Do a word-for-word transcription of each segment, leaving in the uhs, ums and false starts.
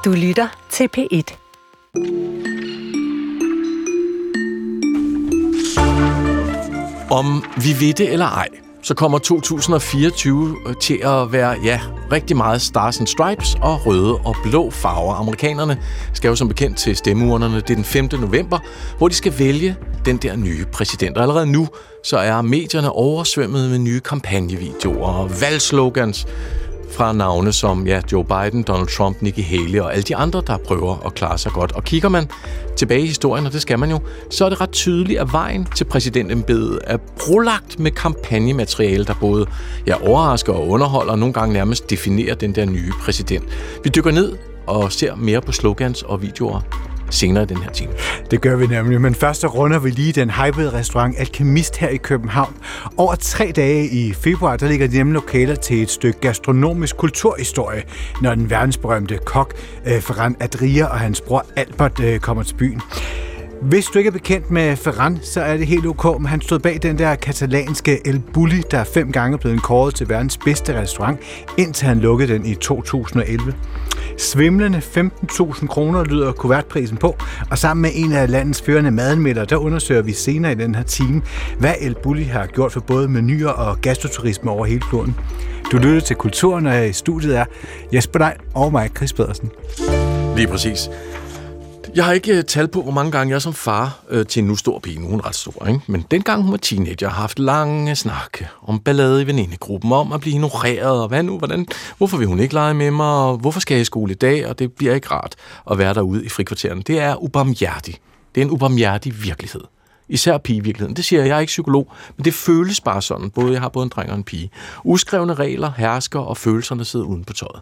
Du lytter til P et. Om vi ved det eller ej, så kommer to tusind og fireogtyve til at være, ja, rigtig meget Stars and Stripes og røde og blå farver. Amerikanerne skal jo som bekendt til stemmeurnerne. Det er den femte november, hvor de skal vælge den der nye præsident. Og allerede nu, så er medierne oversvømmet med nye kampagnevideoer og valgslogans fra navne som ja, Joe Biden, Donald Trump, Nikki Haley og alle de andre, der prøver at klare sig godt. Og kigger man tilbage i historien, og det skal man jo, så er det ret tydeligt, at vejen til præsidentembedet er brolagt med kampagnemateriale, der både ja, overrasker og underholder, og nogle gange nærmest definerer den der nye præsident. Vi dykker ned og ser mere på slogans og videoer senere i den her time. Det gør vi nemlig, men først så runder vi lige den hypede restaurant Alkemist her i København. Over tre dage i februar, der ligger de nemlig lokaler til et stykke gastronomisk kulturhistorie, når den verdensberømte kok eh, Ferran Adria og hans bror Albert eh, kommer til byen. Hvis du ikke er bekendt med Ferran, så er det helt ok, men han stod bag den der katalanske El Bulli, der er fem gange blevet kåret til verdens bedste restaurant, indtil han lukkede den i to tusind og elleve. Svimlende femten tusind kroner lyder kuvertprisen på, og sammen med en af landets førende madanmeldere, der undersøger vi senere i den her time, hvad El Bulli har gjort for både menyer og gastroturisme over hele kloden. Du lytter til Kulturen, og i studiet er Jesper Dein og mig, Chris Pedersen. Lige præcis. Jeg har ikke tal på, hvor mange gange jeg som far øh, til en nu stor pige, nu er hun ret stor, ikke? Men dengang hun var teenager, har haft lange snakke om ballade i venindegruppen, om at blive ignoreret, og hvad nu, hvordan, hvorfor vil hun ikke lege med mig, og hvorfor skal jeg i skole i dag, og det bliver ikke rart at være derude i frikvartererne. Det er ubarmhjertigt. Det er en ubarmhjertig virkelighed. Især pigevirkeligheden. Det siger jeg, jeg er ikke psykolog, men det føles bare sådan. Både jeg har både en dreng og en pige. Uskrevne regler hersker, og følelserne sidder uden på tøjet.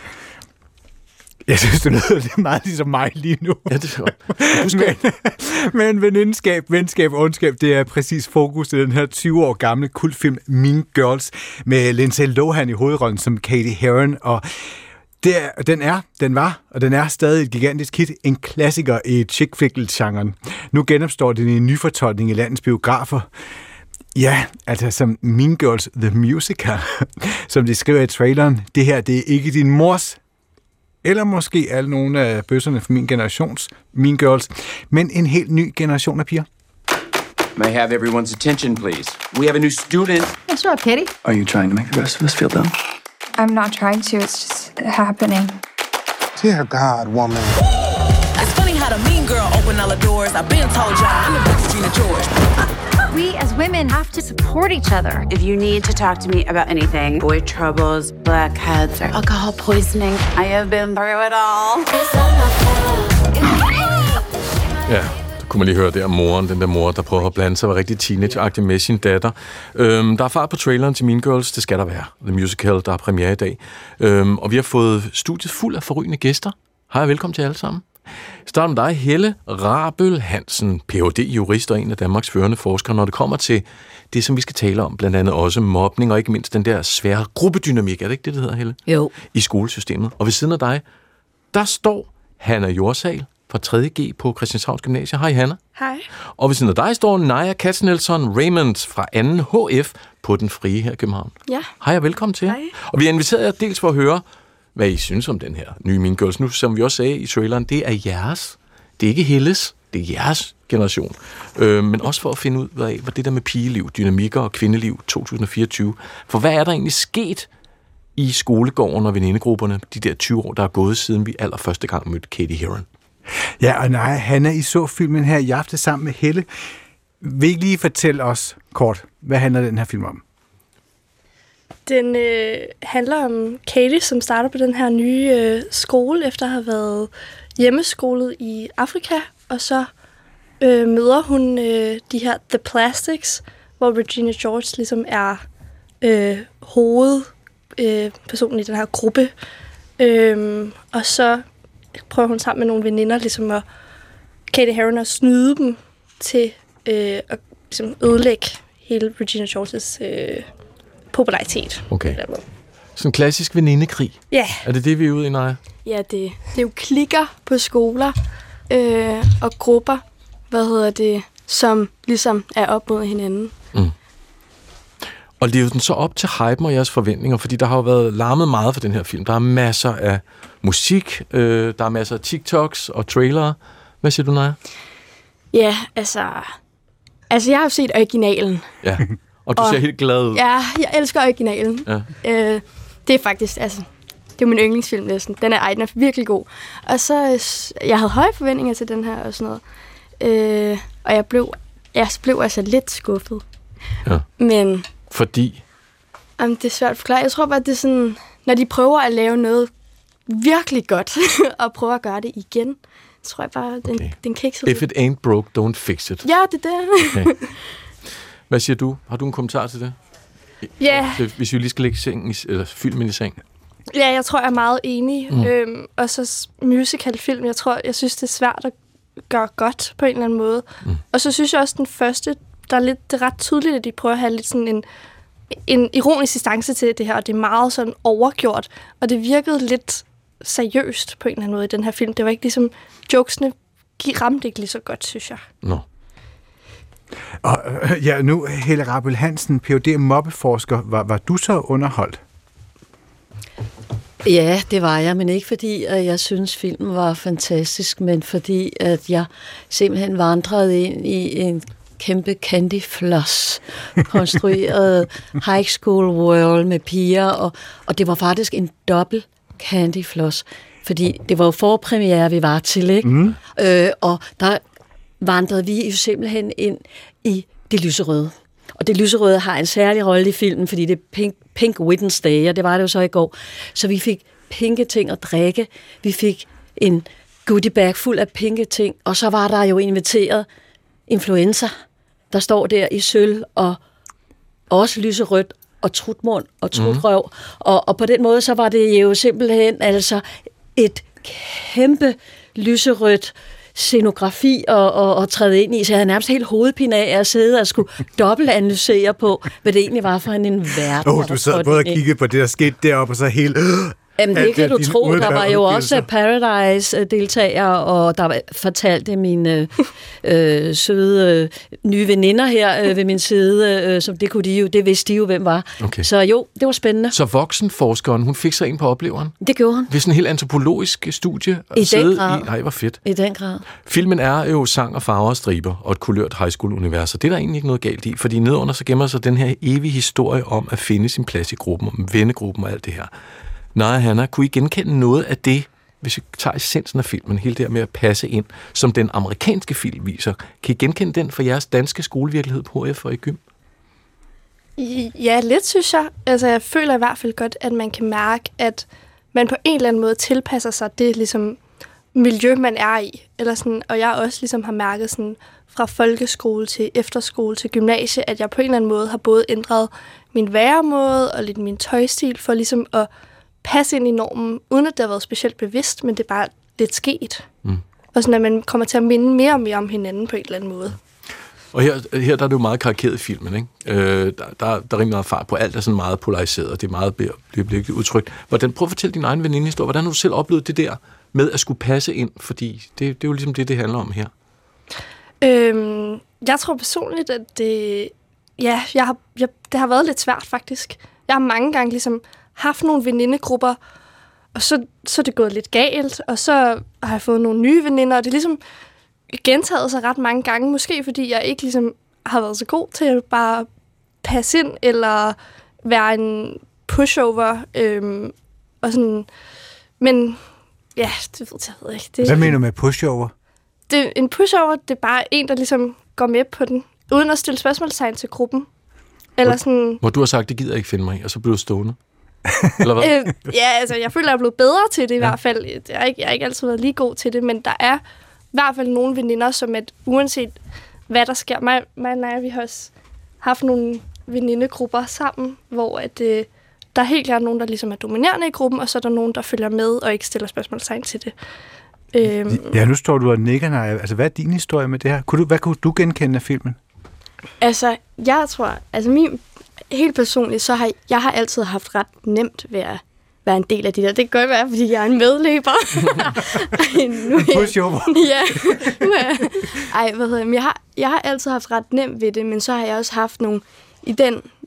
Jeg synes, det lyder lidt meget ligesom mig lige nu. Ja, det er men, men venindskab, venskab og ondskab, det er præcis fokus i den her tyve år gamle kultfilm Mean Girls med Lindsay Lohan i hovedrollen som Katie Heron. Og det er, den er, den var, og den er stadig et gigantisk hit, en klassiker i chick flick-genren. Nu genopstår den i en nyfortolkning i landets biografer. Ja, altså som Mean Girls The Musical, som de skriver i traileren. Det her, det er ikke din mors, eller måske alle nogle af bøsserne fra min generations Mean Girls, men en helt ny generation af piger. May I have everyone's attention, please? We have a new student. What's up, Kitty? Are you trying to make the rest of us feel dumb? I'm not trying to, it's just happening. Dear God, woman. It's funny how the mean girl opened all the doors. I've been told y'all I'm the Regina George. We as women have to support each other. If you need to talk to me about anything, boy troubles, blackheads, or alcohol poisoning, I have been through it all. Ja, det kunne man lige høre der, moren, den der mor, der prøver at blande sig, var rigtig teenage-agtig med sin datter. Øhm, der er fart på traileren til Mean Girls, det skal der være. The Musical, der er premiere i dag. Øhm, og vi har fået studiet fuld af forrygende gæster. Hej og velkommen til alle sammen. Start med dig, Helle Rabøl Hansen, P H D-jurist og en af Danmarks førende forskere, når det kommer til det, som vi skal tale om, blandt andet også mobning, og ikke mindst den der svære gruppedynamik, er det ikke det, det hedder, Helle? Jo. I skolesystemet. Og ved siden af dig, der står Hanna Jordsal fra tredje G på Christianshavns Gymnasium. Hej, Hanna. Hej. Og ved siden af dig står Naja Katznelson Raymond fra anden H F på Den Frie her i København. Ja. Hej og velkommen til. Hej. Og vi har inviteret jer dels for at høre, hvad I synes om den her nye Mean Girls. Nu, som vi også sagde i traileren, det er jeres. Det er ikke Helles, det er jeres generation. Øh, men også for at finde ud af, hvad det der med pigeliv, dynamikker og kvindeliv to tusind og fireogtyve. For hvad er der egentlig sket i skolegården og venindegrupperne de der tyve år, der er gået, siden vi allerførste gang mødte Katie Heron? Ja, og nej, Hanna, I så filmen her i aften sammen med Helle. Vil I lige fortælle os kort, hvad handler den her film om? Den øh, handler om Katie, som starter på den her nye øh, skole, efter at have været hjemmeskolet i Afrika, og så øh, møder hun øh, de her The Plastics, hvor Regina George ligesom er øh, hovedpersonen øh, i den her gruppe. Øh, og så prøver hun sammen med nogle veninder ligesom at Katie Heron at snyde dem til øh, at ligesom ødelægge hele Regina Georges øh, popularitet. Okay. Sådan en klassisk venindekrig. Ja. Yeah. Er det det, vi er ude i, Naja? Ja, det, det er jo klikker på skoler øh, og grupper, hvad hedder det, som ligesom er op mod hinanden. Mm. Og levede den så op til hypen og jeres forventninger? Fordi der har jo været larmet meget for den her film. Der er masser af musik, øh, der er masser af TikToks og trailere. Hvad siger du, Naja? Ja, altså... Altså, jeg har jo set originalen. Ja, og du og, ser helt glad ud. Ja, jeg elsker originalen. Ja. Øh, det er faktisk... altså det er min yndlingsfilm næsten. Den er, ej, den er virkelig god. Og så... Jeg havde høje forventninger til den her og sådan noget. Øh, og jeg blev... Jeg blev altså lidt skuffet. Ja. Men... Fordi? Jamen, det er svært at forklare. Jeg tror bare, det er sådan... Når de prøver at lave noget virkelig godt, og prøver at gøre det igen, så tror jeg bare, den, okay. den kikser. If it ain't broke, don't fix it. Ja, det er det. Okay. Hvad siger du? Har du en kommentar til det? Ja. Yeah. Hvis vi lige skal lægge sengen i, eller filmen i seng. Ja, jeg tror, jeg er meget enig. Mm. Øhm, og så musicalfilm, jeg tror, jeg synes, det er svært at gøre godt på en eller anden måde. Mm. Og så synes jeg også, den første, der er lidt, det er ret tydeligt, at de prøver at have lidt sådan en, en ironisk distance til det her, og det er meget sådan overgjort. Og det virkede lidt seriøst på en eller anden måde i den her film. Det var ikke ligesom, jokesene ramte ikke lige så godt, synes jeg. Nå. Og ja, nu, Helle Rabel Hansen, P H D mobbeforsker, var, var du så underholdt? Ja, det var jeg, men ikke fordi, at jeg synes, filmen var fantastisk, men fordi, at jeg simpelthen vandrede ind i en kæmpe candy floss konstrueret high school world med piger, og, og det var faktisk en dobbelt candy floss, fordi det var jo forpremiere, vi var til, ikke? Mm. Øh, og der vandrede vi jo simpelthen ind i det lyserøde. Og det lyserøde har en særlig rolle i filmen, fordi det er Pink, Pink Wednesday, og det var det jo så i går. Så vi fik pinke ting at drikke, vi fik en goodie bag fuld af pinke ting, og så var der jo inviteret influencer, der står der i sølv, og også lyserødt, og trutmund og trutrøv. Mm. Og, og på den måde, så var det jo simpelthen altså et kæmpe lyserødt scenografi og, og, og træde ind i, så jeg havde nærmest helt hovedpine af at sidde og skulle dobbeltanalysere på, hvad det egentlig var for en, en verden. Åh, oh, du sad både og kiggede på det, der skete deroppe, og så helt... Jamen, det kan du tro. Der var jo også Paradise-deltagere, og der fortalte mine øh, søde øh, nye veninder her øh, ved min side, øh, som det kunne de jo, det vidste de jo, hvem var. Okay. Så jo, det var spændende. Så voksenforskeren, hun fik sig ind på opleveren? Det gjorde hun. Ved sådan en helt antropologisk studie? I den grad. I, nej, hvor fedt. I den grad. Filmen er jo sang og farver og striber, og et kulørt high school-univers, og det er der egentlig ikke noget galt i, fordi nedunder så gemmer sig den her evige historie om at finde sin plads i gruppen, om vennegruppen og alt det her. Nej, Hanna, kunne I genkende noget af det, hvis vi tager essensen af filmen, hele det her med at passe ind, som den amerikanske film viser? Kan I genkende den for jeres danske skolevirkelighed på H F og i gym? Ja, lidt synes jeg. Altså, jeg føler i hvert fald godt, at man kan mærke, at man på en eller anden måde tilpasser sig det ligesom, miljø, man er i. Eller sådan, og jeg også ligesom har mærket sådan, fra folkeskole til efterskole til gymnasie, at jeg på en eller anden måde har både ændret min væremåde og lidt min tøjstil for ligesom at passe ind i normen, uden at det har været specielt bevidst, men det er bare lidt sket. Mm. Og sådan, at man kommer til at minde mere og mere om hinanden på en eller anden måde. Og her, her der er det jo meget karikeret i filmen, ikke? Øh, der, der, der er rimelig meget fart på. Alt er sådan meget polariseret, og det er meget bliver, bliver udtrykt. Hvordan, prøv at fortælle din egen venindehistorie. Hvordan har du selv oplevet det der med at skulle passe ind? Fordi det, det er jo ligesom det, det handler om her. Øhm, jeg tror personligt, at det, ja, jeg har, jeg, det har været lidt svært, faktisk. Jeg har mange gange ligesom haft nogle venindegrupper, og så, så er det gået lidt galt, og så har jeg fået nogle nye veninder, og det er ligesom gentaget sig ret mange gange, måske fordi jeg ikke ligesom har været så god til at bare passe ind, eller være en pushover, øhm, og sådan, men ja, det ved jeg, ved ikke. Det, Hvad mener du med pushover? Det, en pushover, det er bare en, der ligesom går med på den, uden at stille spørgsmålstegn til gruppen. Eller hvor, sådan, hvor du har sagt, det gider jeg ikke finde mig i, og så bliver du stående. Eller hvad? øh, ja, altså, jeg føler, jeg er blevet bedre til det i ja. hvert fald. Jeg har, ikke, jeg har ikke altid været lige god til det, men der er i hvert fald nogle veninder, som at uanset hvad der sker, mig, mig og Naja, vi har også haft nogle venindegrupper sammen, hvor at, øh, der er helt klart nogen, der ligesom er dominerende i gruppen, og så er der nogen, der følger med og ikke stiller spørgsmålstegn til det. Øhm, ja, nu står du og nikker, Naja. Altså, hvad er din historie med det her? Kunne du, hvad kunne du genkende af filmen? Altså, jeg tror, altså min, helt personligt, så har jeg har altid haft ret nemt ved at være en del af det der. Det kan godt være, fordi jeg er en medløber. Ej, nu er pushover. Ja, nu er jeg. Ej, hvad hedder jeg? Jeg har, jeg har altid haft ret nemt ved det, men så har jeg også haft nogle, i den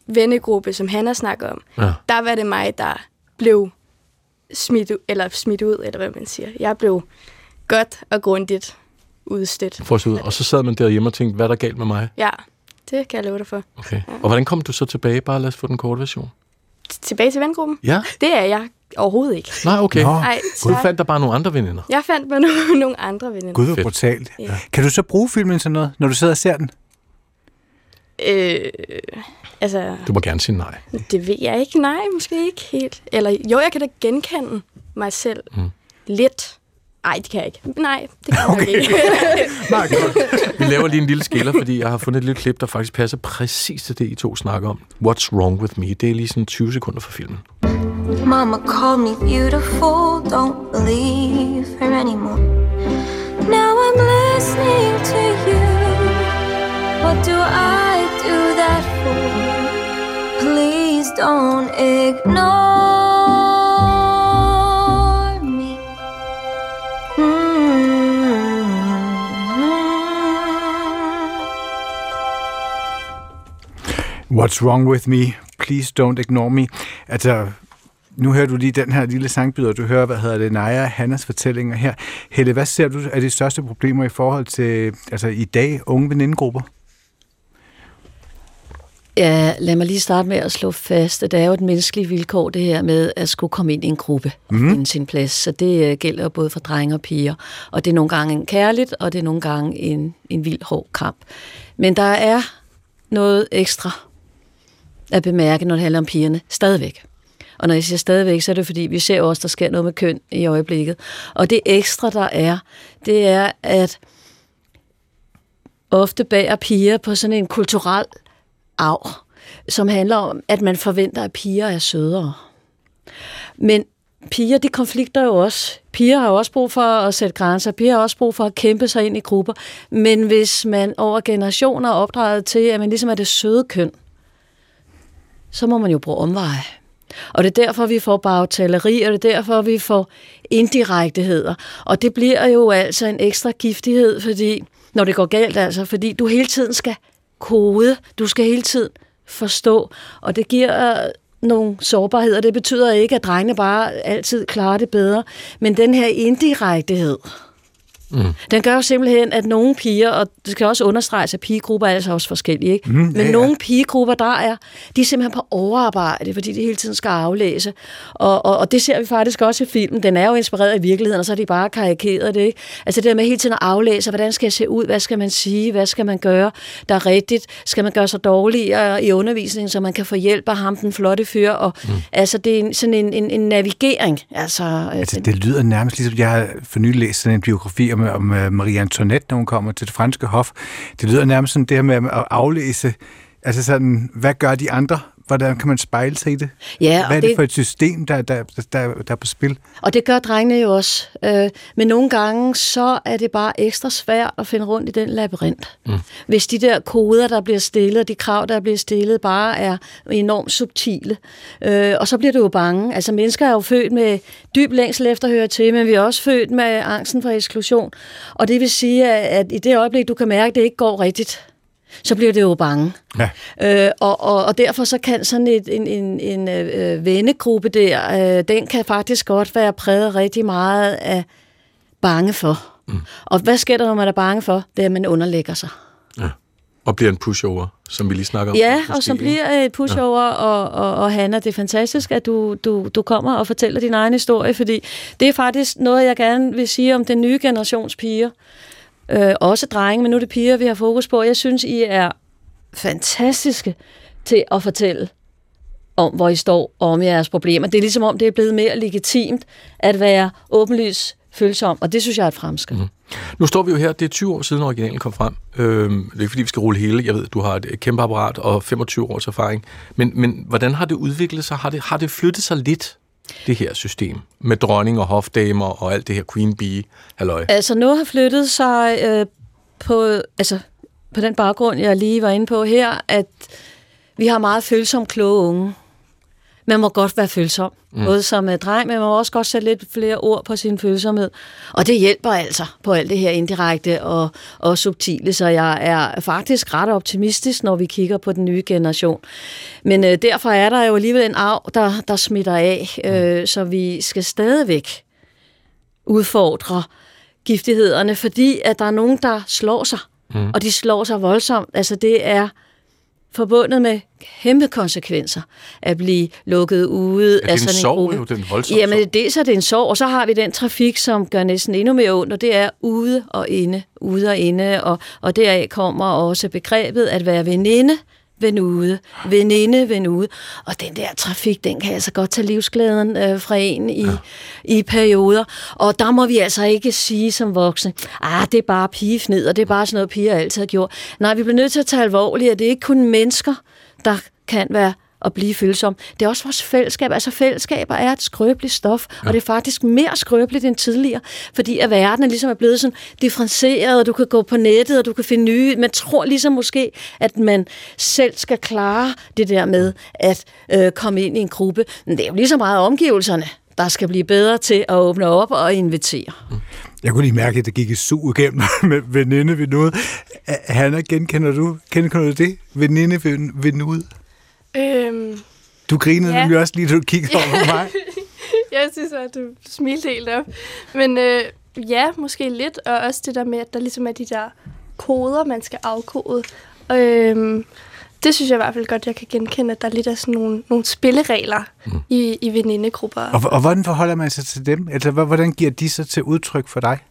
vennegruppe, som han har snakket om, ja. der var det mig, der blev smidt, eller smidt ud, eller hvad man siger. Jeg blev godt og grundigt udstødt. For ud. Og så sad man derhjemme og tænkte, hvad er der galt med mig? Ja, det kan jeg love dig for. Okay. Ja. Og hvordan kom du så tilbage? Bare lad os få den korte version. Tilbage til vennegruppen? Ja. Det er jeg overhovedet ikke. Nej, okay. Nå. Ej, så... Du fandt der bare nogle andre veninder? Jeg fandt mig nogle, nogle andre veninder. Gud, hvor brutalt. Ja. Kan du så bruge filmen til noget, når du sidder og ser den? Øh, altså... Du må gerne sige nej. Det ved jeg ikke. Nej, måske ikke helt. Eller jo, jeg kan da genkende mig selv mm. lidt. Nej, det kan jeg ikke. Nej, det kan okay. jeg ikke. Nej, godt. Vi laver lige en lille skiller, fordi jeg har fundet et lille klip, der faktisk passer præcis til det, I to snakker om. What's Wrong With Me? Det er lige sådan tyve sekunder fra filmen. Mama called me beautiful, don't believe her anymore. Now I'm listening to you. What do I do that for? Please don't ignore. What's wrong with me? Please don't ignore me. Altså, nu hører du lige den her lille sangbyder, du hører, hvad hedder det, Naja og Hannas fortællinger her. Helle, hvad ser du er de største problemer i forhold til, altså i dag, unge venindegrupper? Ja, lad mig lige starte med at slå fast, at det er jo et menneskeligt vilkår, det her med at skulle komme ind i en gruppe og mm. finde sin plads. Så det uh, gælder både for drenge og piger. Og det er nogle gange en kærligt, og det er nogle gange en, en vild hård kamp. Men der er noget ekstra at bemærke, når det handler om pigerne, stadigvæk. Og når jeg siger stadigvæk, så er det fordi, vi ser også, der sker noget med køn i øjeblikket. Og det ekstra, der er, det er, at ofte bærer piger på sådan en kulturel arv, som handler om, at man forventer, at piger er sødere. Men piger, de konflikter jo også. Piger har også brug for at sætte grænser. Piger har også brug for at kæmpe sig ind i grupper. Men hvis man over generationer er opdraget til, at man ligesom er det søde køn, så må man jo bruge omveje. Og det er derfor, vi får bagtaleri, og det er derfor, vi får indirekteheder. Og det bliver jo altså en ekstra giftighed, fordi, når det går galt, altså, fordi du hele tiden skal kode, du skal hele tiden forstå, og det giver nogle sårbarheder. Det betyder ikke, at drengene bare altid klarer det bedre, men den her indirektehed, mm. den gør jo simpelthen, at nogle piger, og det skal også understreges, at pigegrupper er altså også forskellige, ikke? Mm, men ja, ja. Nogle pigegrupper, der er, de er simpelthen på overarbejde, fordi de hele tiden skal aflæse, og, og, og det ser vi faktisk også i filmen. Den er jo inspireret af virkeligheden, og så er de bare karikeret det, ikke? Altså det der med hele tiden at aflæse, hvordan skal jeg se ud, hvad skal man sige, hvad skal man gøre, der er rigtigt, skal man gøre sig dårligere i undervisningen, så man kan få hjælp af ham, den flotte fyr, og mm. altså det er en, sådan en, en, en navigering. Altså, altså det lyder nærmest ligesom, jeg har for nylig læst sådan en biografi om, om Marie Antoinette, når hun kommer til det franske hof. Det lyder nærmest sådan det her med at aflæse, altså sådan, hvad gør de andre? Hvordan kan man spejle sig i det? Ja, hvad er det, det for et system, der, der, der, der er på spil? Og det gør drengene jo også. Øh, men nogle gange, så er det bare ekstra svært at finde rundt i den labyrint. Mm. Hvis de der koder, der bliver stillet, de krav, der bliver stillet, bare er enormt subtile. Øh, og så bliver du jo bange. Altså, mennesker er jo født med dyb længsel efter at høre til, men vi er også født med angsten for eksklusion. Og det vil sige, at i det øjeblik, du kan mærke, at det ikke går rigtigt, så bliver det jo bange. Ja. Øh, og, og, og derfor så kan sådan et, en, en, en øh, vennegruppe der, øh, den kan faktisk godt være præget rigtig meget af bange for. Mm. Og hvad sker der, når man er bange for? Det er, at man underlægger sig. Ja. Og bliver en pushover, som vi lige snakker om. Ja, og som bliver et pushover, ja. og, og, og Hanna, det er fantastisk, at du, du, du kommer og fortæller din egen historie, fordi det er faktisk noget, jeg gerne vil sige om den nye generations piger. Øh, også drenge, men nu er det piger, vi har fokus på. Jeg synes, I er fantastiske til at fortælle om, hvor I står, og om jeres problemer. Det er ligesom om, det er blevet mere legitimt at være åbenlyst følsom, og det synes jeg er et fremskridt. Mm. Nu står vi jo her, det er tyve år siden originalen kom frem. Øhm, det er ikke fordi, vi skal rulle hele. Jeg ved, du har et kæmpe apparat og femogtyve års erfaring. Men, men hvordan har det udviklet sig? Har det, har det flyttet sig lidt, det her system, med dronning og hofdamer og alt det her queen bee halløj? Altså noget har flyttet sig øh, på, altså, på den baggrund, jeg lige var inde på her, at vi har meget følsomme, kloge unge. man må godt være følsom. Mm. Både som uh, dreng, men man må også godt sætte lidt flere ord på sin følsomhed. Og det hjælper altså på alt det her indirekte og, og subtile, så jeg er faktisk ret optimistisk, når vi kigger på den nye generation. Men uh, derfor er der jo alligevel en arv, der, der smitter af, uh, mm. så vi skal stadigvæk udfordre giftighederne, fordi at der er nogen, der slår sig, mm. og de slår sig voldsomt. Altså det er forbundet med kæmpe konsekvenser at blive lukket ude ja, af sådan en sorg, gruppe. Jo, den voldsomme Jamen, sorg. Dels er det en sorg, og så har vi den trafik, som gør næsten endnu mere ondt, og det er ude og inde, ude og inde, og, og deraf kommer også begrebet at være veninde, venude, veninde, venude. Og den der trafik, den kan altså godt tage livsglæden øh, fra en i, ja. i perioder. Og der må vi altså ikke sige som voksne, ah, det er bare pigefnid, og det er bare sådan noget, piger altid har gjort. Nej, vi bliver nødt til at tage alvorligt, at det er ikke kun mennesker, der kan være at blive følsom. Det er også vores fællesskab. Altså fællesskaber er et skrøbeligt stof, ja. og det er faktisk mere skrøbeligt end tidligere, fordi at verden er ligesom er blevet sådan differentieret, og du kan gå på nettet, og du kan finde nye. Man tror ligesom måske, at man selv skal klare det der med at øh, komme ind i en gruppe. Men det er jo lige så meget omgivelserne, der skal blive bedre til at åbne op og invitere. Jeg kunne lige mærke, at det gik et sug igennem med veninde ved noget. Hanna, genkender du, genkender du det? Veninde ved noget? Øhm, du grinede ja. nemlig også lige, da du kiggede over på mig. Jeg synes, at du smilte helt op. Men øh, ja, måske lidt, og også det der med, at der ligesom er de der koder, man skal afkode. Øhm, det synes jeg i hvert fald godt, jeg kan genkende, at der lidt er sådan nogle, nogle spilleregler mm. i, i venindegrupper. Og, og hvordan forholder man sig til dem? Altså, hvordan giver de sig til udtryk for dig?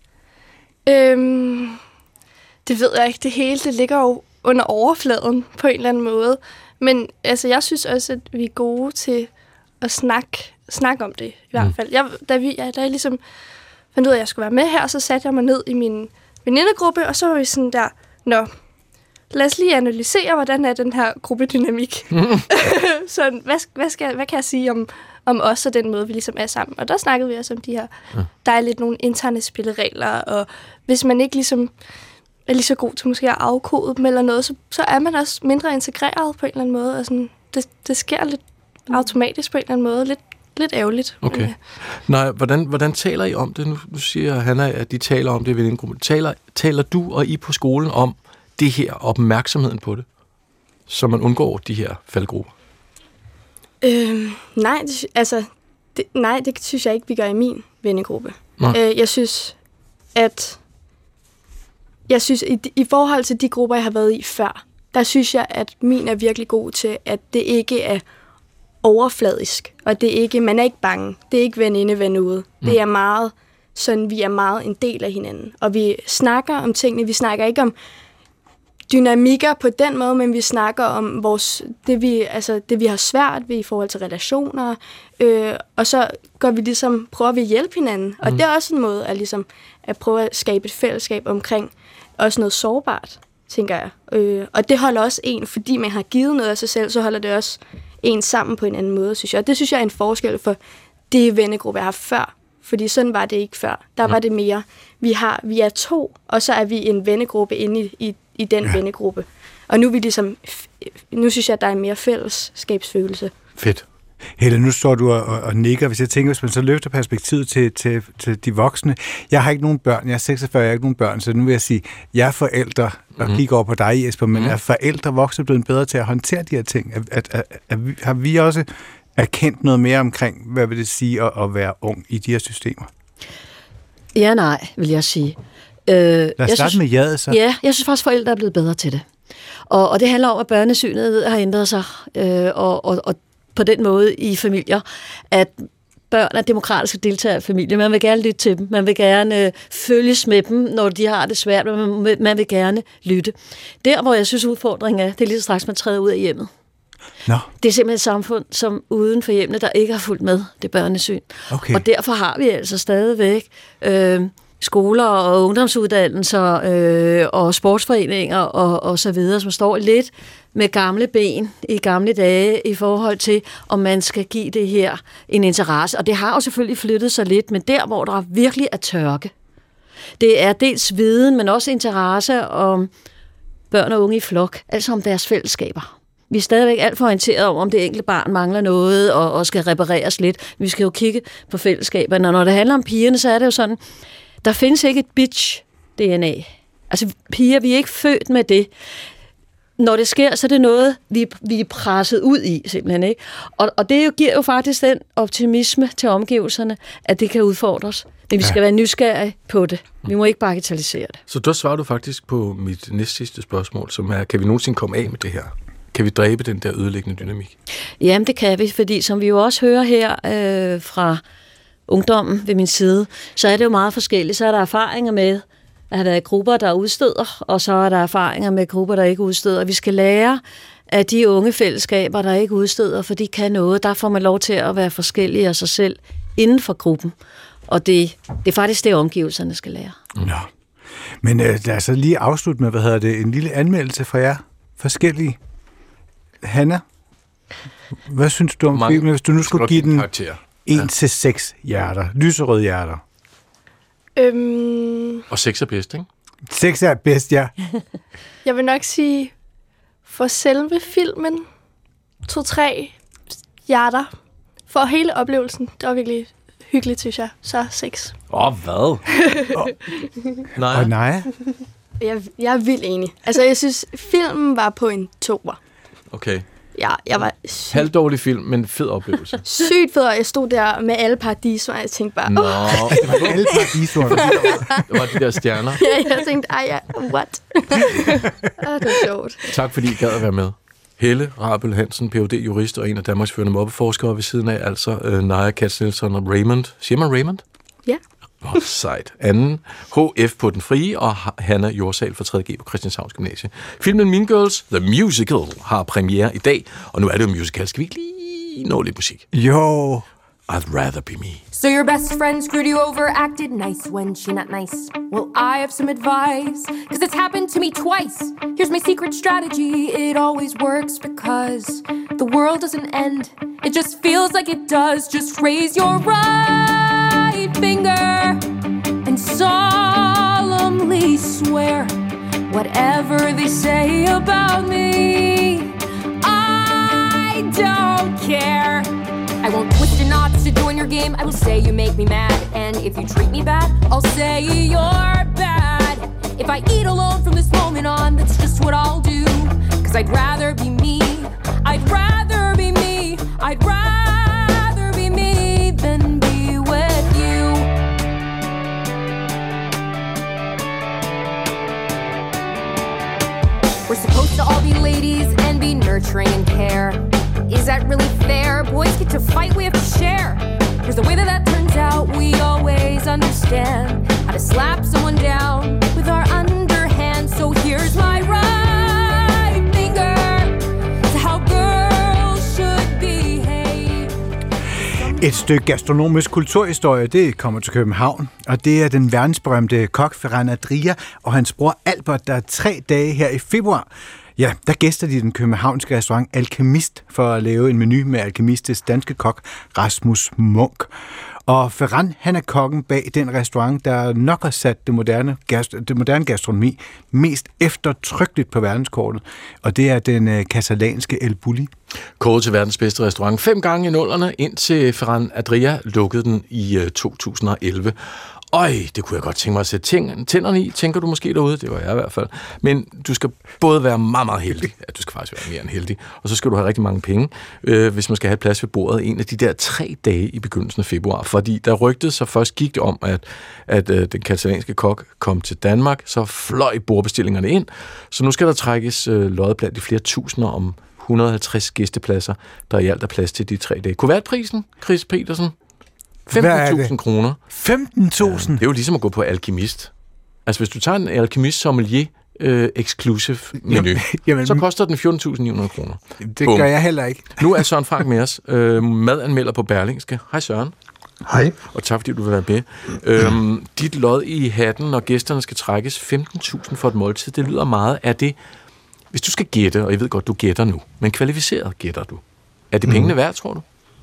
Øhm, det ved jeg ikke. Det hele, det ligger jo under overfladen på en eller anden måde. Men altså, jeg synes også, at vi er gode til at snakke, snakke om det, i hvert fald. Jeg, da, vi, ja, da jeg ligesom fandt ud af, at jeg skulle være med her, så satte jeg mig ned i min venindegruppe, og så var vi sådan der, nå, lad os lige analysere, hvordan er den her gruppedynamik. Mm. Så hvad, hvad, skal, hvad kan jeg sige om, om os og den måde, vi ligesom er sammen? Og der snakkede vi også om de her, ja. der er lidt nogle interne spilleregler, og hvis man ikke ligesom er lige så god til måske at afkode dem eller noget, så, så er man også mindre integreret på en eller anden måde. Og sådan, det, det sker lidt automatisk på en eller anden måde. Lidt, lidt ærgerligt. Okay. Men, ja. Nej, hvordan, hvordan taler I om det? Nu, nu siger Hanna, at de taler om det i venindegruppen. Taler, taler du og I på skolen om det her, opmærksomheden på det, så man undgår de her faldgrupper? Øhm, nej, det, altså, det, nej, det synes jeg ikke, vi gør i min vennegruppe. Øh, jeg synes, at Jeg synes, i, i forhold til de grupper, jeg har været i før, der synes jeg, at min er virkelig god til, at det ikke er overfladisk, og det er ikke, man er ikke bange. Det er ikke veninde, venude. Mm. Det er meget sådan, vi er meget en del af hinanden. Og vi snakker om tingene, vi snakker ikke om dynamikker på den måde, men vi snakker om vores, det, vi, altså, det, vi har svært ved i forhold til relationer, øh, og så går vi ligesom, prøver vi at hjælpe hinanden. Mm. Og det er også en måde at, ligesom, at prøve at skabe et fællesskab omkring også noget sårbart, tænker jeg. Øh, og det holder også en, fordi man har givet noget af sig selv, så holder det også en sammen på en anden måde, synes jeg. Og det synes jeg er en forskel for de vennegrupper, jeg har før. Fordi sådan var det ikke før. Der var det mere, vi, har, vi er to, og så er vi en vennegruppe inde i, i, i den ja. vennegruppe. Og nu er vi ligesom, nu synes jeg, at der er en mere fællesskabsfølelse. Fedt. Helle, nu står du og, og nikker. Hvis jeg tænker, hvis man så løfter perspektivet til, til, til de voksne. Jeg har ikke nogen børn. Jeg er seksogfyrre, jeg har ikke nogen børn, så nu vil jeg sige, jeg er forældre, og mm. kigger over på dig, Jesper, men mm. er forældre voksne blevet bedre til at håndtere de her ting? At, at, at, at, har vi også erkendt noget mere omkring, hvad vil det sige at, at være ung i de her systemer? Ja, nej, vil jeg sige. Øh, Lad os starte med jadet, så. Ja, jeg synes faktisk, at forældre er blevet bedre til det. Og, og det handler om, at børnesynet har ændret sig, øh, og, og, og på den måde i familier, at børn er demokratiske deltagere i familien. Man vil gerne lytte til dem. Man vil gerne øh, følges med dem, når de har det svært. Man, man vil gerne lytte. Der, hvor jeg synes udfordringen er, det er lige straks, man træder ud af hjemmet. No. Det er simpelthen et samfund, som uden for hjemmene, der ikke har fulgt med det børnesyn. Okay. Og derfor har vi altså stadigvæk øh, skoler og ungdomsuddannelser øh, og sportsforeninger og, og så videre, som står lidt med gamle ben i gamle dage i forhold til, om man skal give det her en interesse. Og det har jo selvfølgelig flyttet sig lidt, men der, hvor der virkelig er tørke, det er dels viden, men også interesse om børn og unge i flok, altså om deres fællesskaber. vi er stadigvæk alt for orienteret over, om det enkelte barn mangler noget og, og skal repareres lidt. Vi skal jo kigge på fællesskaberne, og når det handler om pigerne, så er det jo sådan, der findes ikke et bitch-D N A. Altså piger, vi er ikke født med det. Når det sker, så er det noget, vi, vi er presset ud i, simpelthen, ikke? Og, og det jo, giver jo faktisk den optimisme til omgivelserne, at det kan udfordres. Men vi skal ja. være nysgerrige på det. Vi må ikke bagatellisere det. Så der svarer du faktisk på mit næstsidste spørgsmål, som er, kan vi nogensinde komme af med det her? Kan vi dræbe den der ødelæggende dynamik? Jamen, det kan vi, fordi som vi jo også hører her øh, fra ungdommen ved min side, så er det jo meget forskelligt. Så er der erfaringer med at have været grupper, der udstøder, og så er der erfaringer med grupper, der ikke udstøder. Vi skal lære af de unge fællesskaber, der ikke udstøder, for de kan noget. Der får man lov til at være forskellige af sig selv inden for gruppen. Og det, det er faktisk det, omgivelserne skal lære. Ja. Men øh, lad os så lige afslutte med, hvad hedder det, en lille anmeldelse fra jer forskellige. Hanna, hvad synes du om Mange, filmen, hvis du nu skulle give den en til ja. seks hjerter, lyserøde hjerter? Øhm, og seks er bedst, ikke? seks er bedst, ja. Jeg vil nok sige, for selve filmen, to-tre hjerter. For hele oplevelsen, det var virkelig hyggeligt, synes jeg. Så seks. Åh, oh, hvad? oh. Nej. Og nej. Jeg, jeg er vildt enig. Altså, jeg synes, filmen var på en toer. Okay. Ja, jeg var sygt... halvdårlig film, men fed oplevelse. Sygt fed, og jeg stod der med alle paradiser, og jeg tænkte bare... Nå, oh. det var alle paradiser. Det var de der stjerner. Ja, jeg tænkte, ej, ja, what? oh, det var sjovt. Tak fordi I gad at være med. Helle Rabel Hansen, P H D-jurist og en af Danmarks førende mobbeforskere ved siden af, altså uh, Naja Katz Nielsen og Raymond. Siger man Raymond? Ja. Åh, oh, sejt. Anden H F på Den Frie og Hanna Jordsal fra tredje G på Christianshavns Gymnasie. Filmen Mean Girls, The Musical, har premiere i dag, og nu er det jo musical. Skal vi ikke lige nå lidt musik? Jo. I'd rather be me. So your best friend screwed you over, acted nice when she not nice. Well, I have some advice, cause it's happened to me twice. Here's my secret strategy, it always works because the world doesn't end. It just feels like it does. Just raise your right finger and solemnly swear whatever they say about me, I don't care. I won't twist your knots to join your game. I will say you make me mad, and if you treat me bad, I'll say you're bad. If I eat alone from this moment on, that's just what I'll do. Cause I'd rather be me, I'd rather be me, I'd rather be me than be with you. We're supposed to all be ladies and be nurturing and care. Is that really fair? Boys get to fight, we have to share. Here's the way that that turns out. We always understand how to slap someone down with our underhand. So here's my right finger to how girls should behave. Et stykke gastronomisk kulturhistorie, det kommer til København, og det er den verdensberømte kok Ferran Adria og hans bror Albert, der er tre dage her i februar. Ja, der gæster de den københavnske restaurant Alkemist for at lave en menu med Alkemistes danske kok Rasmus Munk. Og Ferran, han er kokken bag den restaurant, der nok har sat det moderne, det moderne gastronomi mest eftertrykkeligt på verdenskortet. Og det er den øh, katalanske El Bulli. Kåret til verdens bedste restaurant fem gange i nullerne, indtil Ferran Adria lukkede den i øh, to tusind og elleve. Øj, det kunne jeg godt tænke mig at sætte ting, tænderne i, tænker du måske derude, det var jeg i hvert fald. Men du skal både være meget, meget heldig, ja, du skal faktisk være mere end heldig, og så skal du have rigtig mange penge, øh, hvis man skal have plads ved bordet en af de der tre dage i begyndelsen af februar. Fordi der rygtede så først gik det om, at, at øh, den katalanske kok kom til Danmark, så fløj bordbestillingerne ind, så nu skal der trækkes øh, lod blandt de flere tusinder om et hundrede og halvtreds gæstepladser, der i alt er plads til de tre dage. Kuvertprisen, Chris Petersen? femten tusind kroner. femten tusind? Ja, det er jo ligesom at gå på Alkemist. Altså, hvis du tager en Alkemist sommelier uh, exclusive menu, jamen, så koster den fjorten tusind ni hundrede kroner. Det Boom. Gør jeg heller ikke. Nu er Søren Frank med os, uh, madanmelder på Berlingske. Hej Søren. Hej. Og tak fordi du vil være med. Um, dit lod i hatten, når gæsterne skal trækkes femten tusind for et måltid, det lyder meget. Er det, hvis du skal gætte, og jeg ved godt, du gætter nu, men kvalificeret gætter du, er det pengene mm. værd, tror du?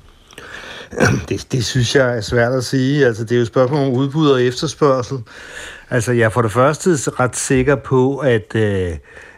Det, det synes jeg er svært at sige. Altså, det er jo et spørgsmål om udbud og efterspørgsel. Altså, jeg er for det første ret sikker på, at, øh,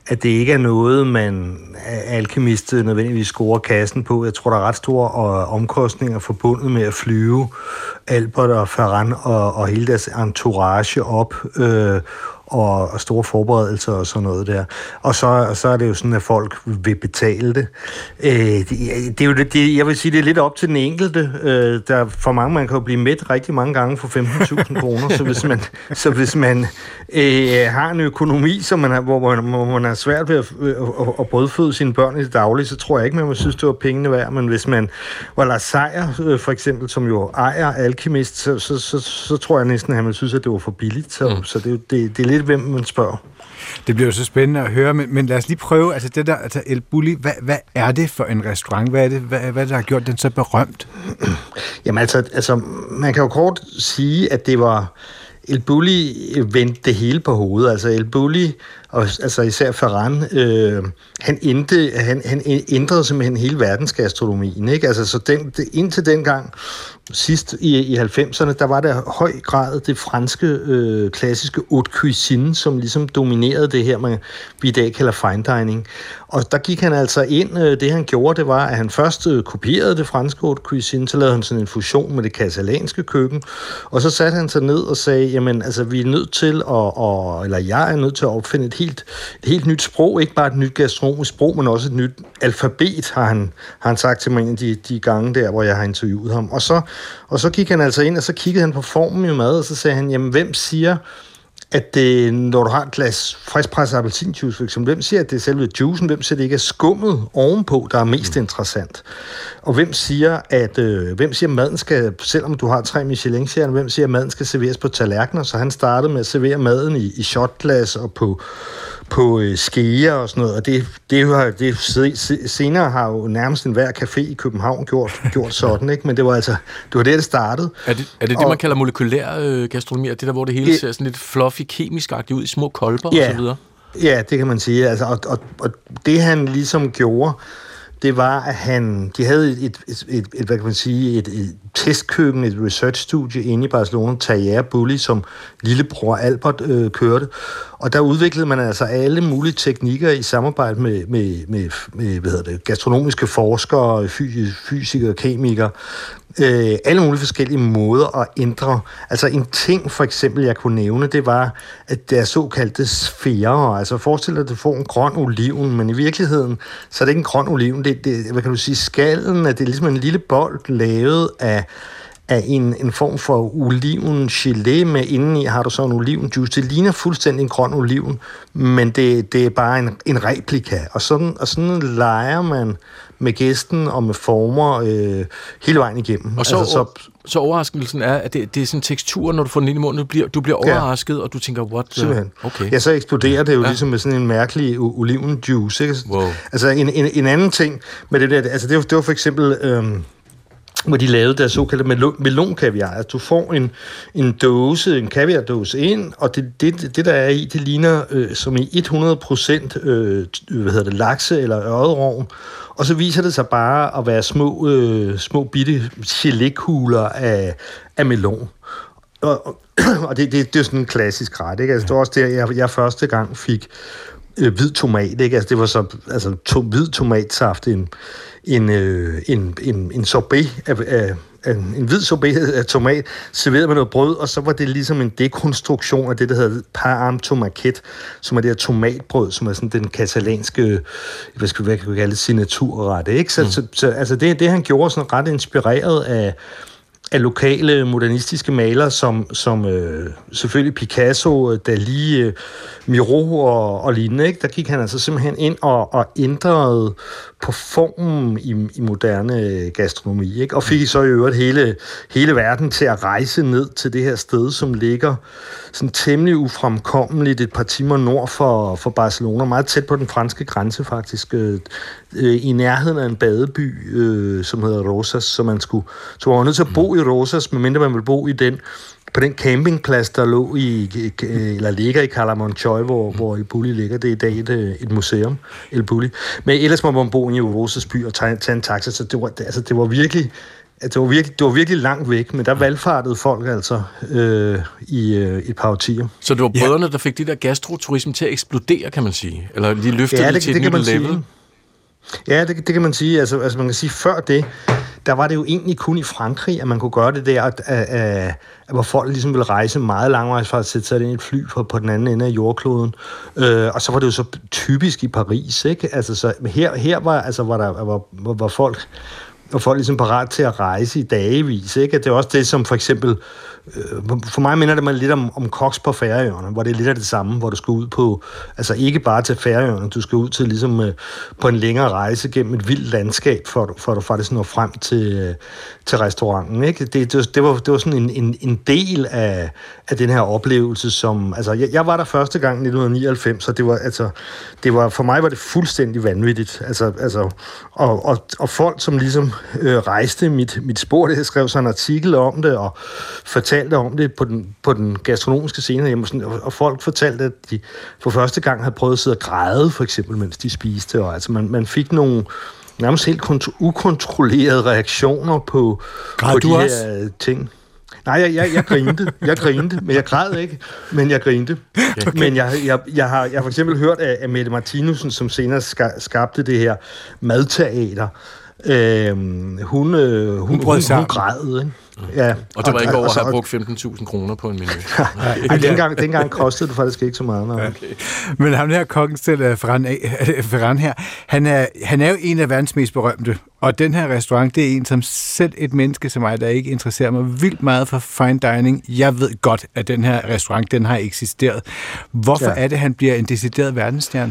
at det ikke er noget, man Alkemist nødvendigvis scorer kassen på. Jeg tror, der er ret store omkostninger forbundet med at flyve Albert og Ferran og, og hele deres entourage op, øh, og, og store forberedelser og sådan noget der. Og så, og så er det jo sådan, at folk vil betale det. Øh, det, det er jo det, jeg vil sige, det er lidt op til den enkelte. Øh, der, for mange, man kan jo blive mæt rigtig mange gange for femten tusind kroner, så hvis man, så hvis man øh, har en økonomi, som man har, hvor, man, hvor man har svært ved at, at, at brødføde sine børn i det daglige, så tror jeg ikke, man må synes, det var pengene værd. Men hvis man var Lars Seier, øh, for eksempel, som jo ejer Alkemist, så, så, så, så, så tror jeg næsten, at han ville synes, at det var for billigt. Så, mm. så det, det, det er lidt, hvem man spørger. Det bliver jo så spændende at høre, men, men lad os lige prøve, altså det der, altså El Bulli, hvad, hvad er det for en restaurant? Hvad er det, hvad, hvad der har gjort den så berømt? Jamen altså, altså, man kan jo kort sige, at det var El Bulli vendte det hele på hovedet. Altså El Bulli, og altså især Ferran, øh, han, endte, han, han ændrede simpelthen hele verdensgastronomien, ikke? Altså så den, det, indtil dengang, sidst i, i halvfemserne, der var der høj grad det franske øh, klassiske haute cuisine, som ligesom dominerede det her, man vi i dag kalder fine dining. Og der gik han altså ind, øh, det han gjorde, det var, at han først øh, kopierede det franske haute cuisine, så lavede han sådan en fusion med det katalanske køkken, og så satte han sig ned og sagde, jamen altså vi er nødt til at, og, eller jeg er nødt til at opfinde et helt, et helt nyt sprog, ikke bare et nyt gastronomisk sprog, men også et nyt alfabet, har han, har han sagt til mig en af de, de gange der, hvor jeg har interviewet ham. Og så Og så gik han altså ind, og så kiggede han på formen i mad, og så sagde han, jamen hvem siger, at det, når du har et glas friskpresset appelsinjuice for eksempel, hvem siger, at det er selve juicen, hvem siger, at det ikke er skummet ovenpå, der er mest interessant? Og hvem siger, at øh, hvem siger, at maden skal, selvom du har tre Michelin-stjerner, hvem siger, at maden skal serveres på tallerkener? Så han startede med at servere maden i, i shotglas og på på øh, skeer og sådan noget, og det, det, jo, det senere har jo nærmest enhver café i København gjort, gjort sådan, ikke? Men det var altså, det var der, det startede. Er det er det, det, man kalder molekylær øh, gastronomi? Det der, hvor det hele det, ser sådan lidt fluffy, kemisk-agtigt ud i små kolber ja, og så videre? Ja, det kan man sige. Altså, og, og, og det han ligesom gjorde, det var, at han, de havde et, et, et, et, et hvad kan man sige, et, et testkøkken, et research-studie inde i Barcelona, Taller Bulli, som lillebror Albert øh, kørte. Og der udviklede man altså alle mulige teknikker i samarbejde med, med, med, med hvad hedder det, gastronomiske forskere, fysikere, kemikere, øh, alle mulige forskellige måder at ændre. Altså en ting, for eksempel, jeg kunne nævne, det var, at der er såkaldte sfærer. Altså forestil dig, at du får en grøn oliven, men i virkeligheden, så er det ikke en grøn oliven. Det, det, hvad kan du sige, skallen, at det er ligesom en lille bold lavet af af en, en form for olivengelé med indeni har du så en olivenjuice. Det ligner fuldstændig en grøn oliven, men det, det er bare en, en replika. Og sådan, og sådan leger man med gæsten og med former øh, hele vejen igennem. Og så, altså, så, så overraskelsen er, at det, det er sådan en tekstur, når du får den ind i munden, du bliver, du bliver overrasket, ja. Og du tænker, what? Simpelthen. Okay. Ja, så eksploderer det jo ja. Ligesom med sådan en mærkelig olivenjuice. Ikke? Wow. Altså en, en, en anden ting med det der, altså det var, det var for eksempel... Øh, hvor de lavede der såkaldte melonkaviar. Altså, du får en, en dåse, en kaviardåse ind, og det, det, det der er i, det ligner øh, som i hundrede procent øh, hvad hedder det, lakse eller ørredrovn, og så viser det sig bare at være små, øh, små bitte gelékugler af, af melon. Og, og, og det, det, det er sådan en klassisk ret, ikke? Altså, det var også der, jeg, jeg første gang fik øh, hvid tomat, ikke? Altså, det var så altså, to, hvid tomatsaft, en En, øh, en, en, en sorbet af, af, af en hvid sorbet af tomat, serveret med noget brød, og så var det ligesom en dekonstruktion af det, der hedder parm tomaquet, som er det her tomatbrød, som er sådan den katalanske, hvad skal vi kalde det, signaturret, ikke? Så, mm. så, så altså det, det han gjorde sådan ret inspireret af af lokale modernistiske malere, som, som øh, selvfølgelig Picasso, Dalí, øh, Miro og, og lignende, ikke? Der gik han altså simpelthen ind og, og ændrede på formen i, i moderne gastronomi, ikke? Og fik så i øvrigt hele, hele verden til at rejse ned til det her sted, som ligger sådan temmelig ufremkommeligt et par timer nord for, for Barcelona, meget tæt på den franske grænse faktisk, øh, i nærheden af en badeby, øh, som hedder Rosas, så man skulle, så man var nødt til at bo i Rosas, medmindre man ville bo i den, på den campingplads, der lå i, eller ligger i Cala Monchoy, hvor, hvor El Bulli ligger. Det er i dag et, et museum, El Bulli. Men ellers må man bo i Rosas by og tage, tage en taxa, så det var, altså, det var virkelig at det var virkelig, det var virkelig langt væk, men der valgfartede folk altså øh, i øh, et par årtier. Så det var brødrene, ja. der fik det der gastroturisme til at eksplodere, kan man sige? Eller de løftede ja, det, det til det, et nyt level? Sige. Ja, det, det kan man sige. Altså, altså man kan sige, før det, der var det jo egentlig kun i Frankrig, at man kunne gøre det der, at, at, at, at hvor folk ligesom ville rejse meget langvejs for at sætte sig ind i et fly på, på den anden ende af jordkloden. Øh, og så var det jo så typisk i Paris, ikke? Altså, så her, her var, altså, var, der, var, var, var folk... og folk ligesom parat til at rejse i dagevis, ikke? Det er også det, som for eksempel... Øh, for mig minder det mig lidt om, om Koks på Færøerne, hvor det er lidt af det samme, hvor du skal ud på... Altså ikke bare til Færøerne, du skal ud til ligesom øh, på en længere rejse gennem et vildt landskab, for, for at du faktisk når frem til, øh, til restauranten, ikke? Det, det, det, var, det var sådan en, en, en del af, af den her oplevelse, som... Altså, jeg, jeg var der første gang i nitten nioghalvfems, så det var, altså... Det var, for mig var det fuldstændig vanvittigt. Altså, altså, og, og, og folk, som ligesom øh, rejste mit, mit spor, det skrev så en artikel om det, og fortalte om det på den, på den gastronomiske scene hjemme, og, sådan, og, og folk fortalte, at de for første gang havde prøvet at sidde og græde, for eksempel, mens de spiste, og altså, man, man fik nogle nærmest helt kont- ukontrollerede reaktioner på, på de også? her ting. Nej, jeg, jeg, jeg grinte. Jeg grinte, men jeg græd ikke, men jeg grinte. Okay. Men jeg, jeg, jeg, har, jeg har for eksempel hørt af, af Mette Martinussen, som senere ska, skabte det her madteater. Øhm, hun, øh, hun, hun, hun, hun græd, ikke? Ja, og det var ikke over at have brugt femten tusind kroner på en menu. Nej, dengang, dengang kostede det faktisk ikke så meget. Okay. Men ham her kokken selv, Ferran, Ferran her, han er, han er jo en af verdens mest berømte, og den her restaurant, det er en, som selv et menneske som mig, der ikke interesserer mig vildt meget for fine dining. Jeg ved godt, at den her restaurant, den har eksisteret. Hvorfor ja. er det, han bliver en decideret verdensstjerne?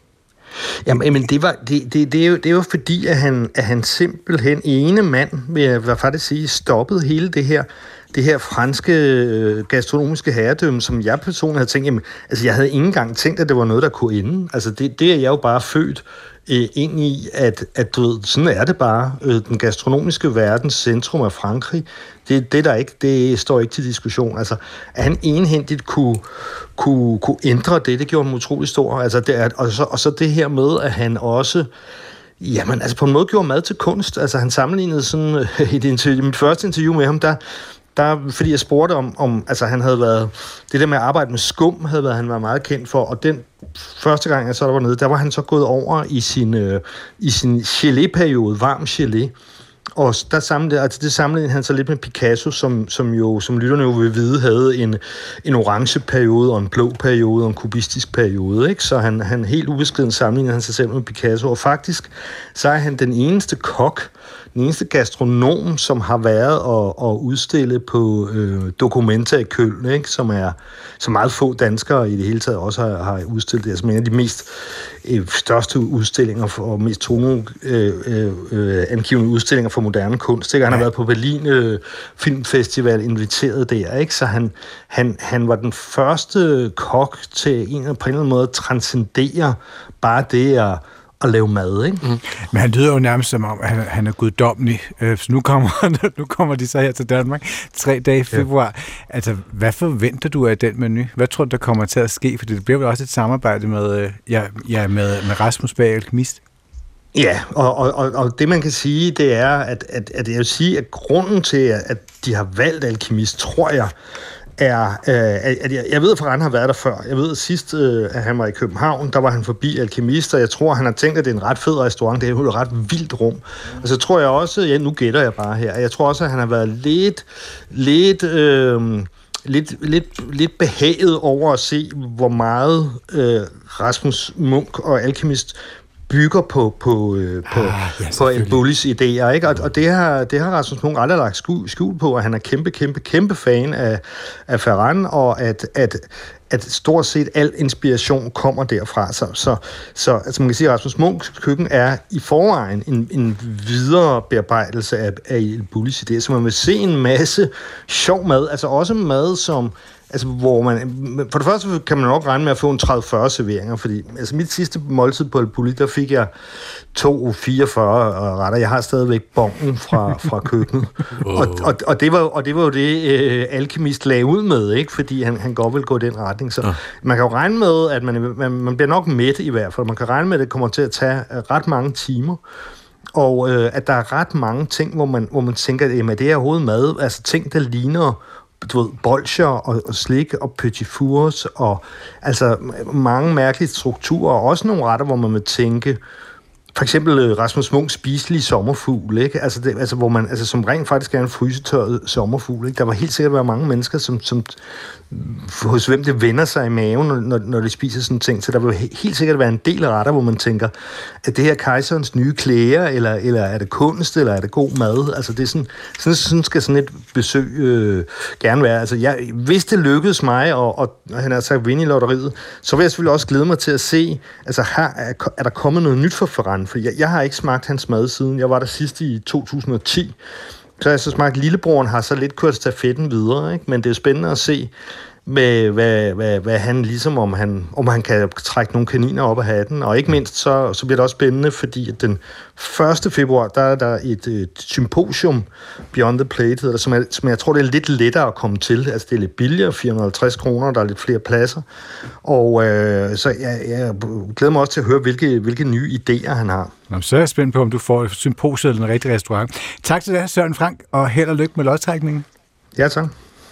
Jamen, men det var, det, det, det, er jo, det er jo fordi, at han, at han simpelthen ene mand, vil jeg faktisk sige, stoppede hele det her, det her franske øh, gastronomiske herredømme, som jeg personligt havde tænkt, jamen, altså jeg havde ikke engang tænkt, at det var noget, der kunne ende. Altså det, det er jeg jo bare født øh, ind i, at, at du ved, sådan er det bare. Øh, den gastronomiske verdens centrum af Frankrig, det, det, der ikke, det står ikke til diskussion. Altså, at han enhændigt kunne, kunne, kunne ændre det, det gjorde ham utrolig stor. Altså, det er, og, så, og så det her med, at han også... Jamen, altså på en måde gjorde mad til kunst. Altså, han sammenlignede sådan... Et interview, mit første interview med ham, der... Der, fordi jeg spurgte om, om, altså han havde været, det der med at arbejde med skum, havde været, han var meget kendt for, og den første gang, jeg så der var nede, der var han så gået over i sin, øh, i sin geléperiode, varm gelé, og der samlede, altså det samlede han så lidt med Picasso, som, som jo, som lytterne jo vil vide, havde en, en orange periode, og en blå periode, og en kubistisk periode, ikke? Så han, han helt ubeskeden sammenlignede han sig selv med Picasso, og faktisk, så er han den eneste kok, den eneste gastronom, som har været og, og udstille på øh, dokumenter i Køln, ikke? Som er så meget få danskere i det hele taget også har, har udstillet det. Altså en af de mest øh, største udstillinger for, og mest tunge øh, øh, angivende udstillinger for moderne kunst. Ikke? Han har været på Berlin øh, Filmfestival inviteret der, ikke? Så han, han, han var den første kok til en, på en eller anden måde at transcendere bare det at at lave mad, ikke? Mm. Men han lyder jo nærmest som om, at han, han er guddommelig. Så nu kommer, nu kommer de så her til Danmark tre dage i februar. Ja. Altså, hvad forventer du af den menu? Hvad tror du, der kommer til at ske? For det bliver vel også et samarbejde med, ja, ja, med, med Rasmus Bag Alkemist. Ja, og, og, og, og det man kan sige, det er, at, at, at jeg vil sige, at grunden til, at de har valgt Alkemist, tror jeg, er, øh, at jeg, jeg ved, at Ferran har været der før. Jeg ved, at sidst, øh, at han var i København, der var han forbi Alkemist, og jeg tror, han har tænkt, at det er en ret fed restaurant. Det er et ret vildt rum. Og så tror jeg også, ja, nu gætter jeg bare her, jeg tror også, at han har været lidt, lidt, øh, lidt, lidt, lidt behaget over at se, hvor meget øh, Rasmus Munch og Alkemist bygger på på øh, på, ah, ja, på El Bullis idéer, ikke? Og, og det har det har Rasmus Munch aldrig lagt skjul, skjul på, at han er kæmpe kæmpe kæmpe fan af af Ferran, og at at at stort set al inspiration kommer derfra. Så så så altså man kan sige, at Rasmus Munchs køkken er i forvejen en en videre bearbejdelse af af El Bullis idéer, så man vil se en masse sjov mad, altså også mad som altså, hvor man... For det første kan man nok regne med at få en tredive fyrre serveringer, fordi altså, mit sidste måltid på El Bulli, der fik jeg to fireogfyrre retter. Jeg har stadigvæk bongen fra, fra køkkenet. Oh. Og, og, og, det var, og det var jo det, øh, Alkemist lagde ud med, ikke? Fordi han, han godt vil gå i den retning. Så oh. man kan jo regne med, at man, man, man bliver nok mæt i hvert fald. Man kan regne med, at det kommer til at tage ret mange timer. og øh, at der er ret mange ting, hvor man, hvor man tænker, at jamen, det er overhovedet mad, altså ting, der ligner du ved, bolcher og, og slik og petit fours, og altså mange mærkelige strukturer, og også nogle retter, hvor man vil tænke, for eksempel Rasmus Munchs spiselige sommerfugl, ikke? Altså, det, altså, hvor man, altså, som rent faktisk er en frysetørret sommerfugl, ikke? Der var helt sikkert være mange mennesker, som, som, hos hvem det vender sig i maven, når, når de spiser sådan ting. Så der vil helt sikkert være en del af retter, hvor man tænker, at det her kejserens nye klæder, eller, eller er det kunst, eller er det god mad? Altså, det er sådan, sådan, sådan skal sådan et besøg øh, gerne være. Altså, jeg, hvis det lykkedes mig, og, og, og han har sagt vinde i lotteriet, så vil jeg selvfølgelig også glæde mig til at se, altså, her er, er der kommet noget nyt for Ferrand? For jeg, jeg har ikke smagt hans mad siden. Jeg var der sidst i to tusind og ti. Så jeg så smagt, lillebroren har så lidt kørt stafetten videre, ikke? Men det er spændende at se, med, hvad, hvad, hvad han ligesom, om han, om han kan trække nogle kaniner op af hatten. Og ikke mindst, så, så bliver det også spændende, fordi at den første februar, der er der et, et symposium, Beyond the Plate, hedder det, som, er, som jeg tror, det er lidt lettere at komme til. Altså, det er lidt billigere, fire hundrede og halvtreds kroner, der er lidt flere pladser. Og øh, så jeg, jeg glæder mig også til at høre, hvilke, hvilke nye idéer han har. Nå, så er jeg spændt på, om du får et symposium eller en rigtig restaurant. Tak til dig, Søren Frank, og held og lykke med lodtrækningen. Ja, tak.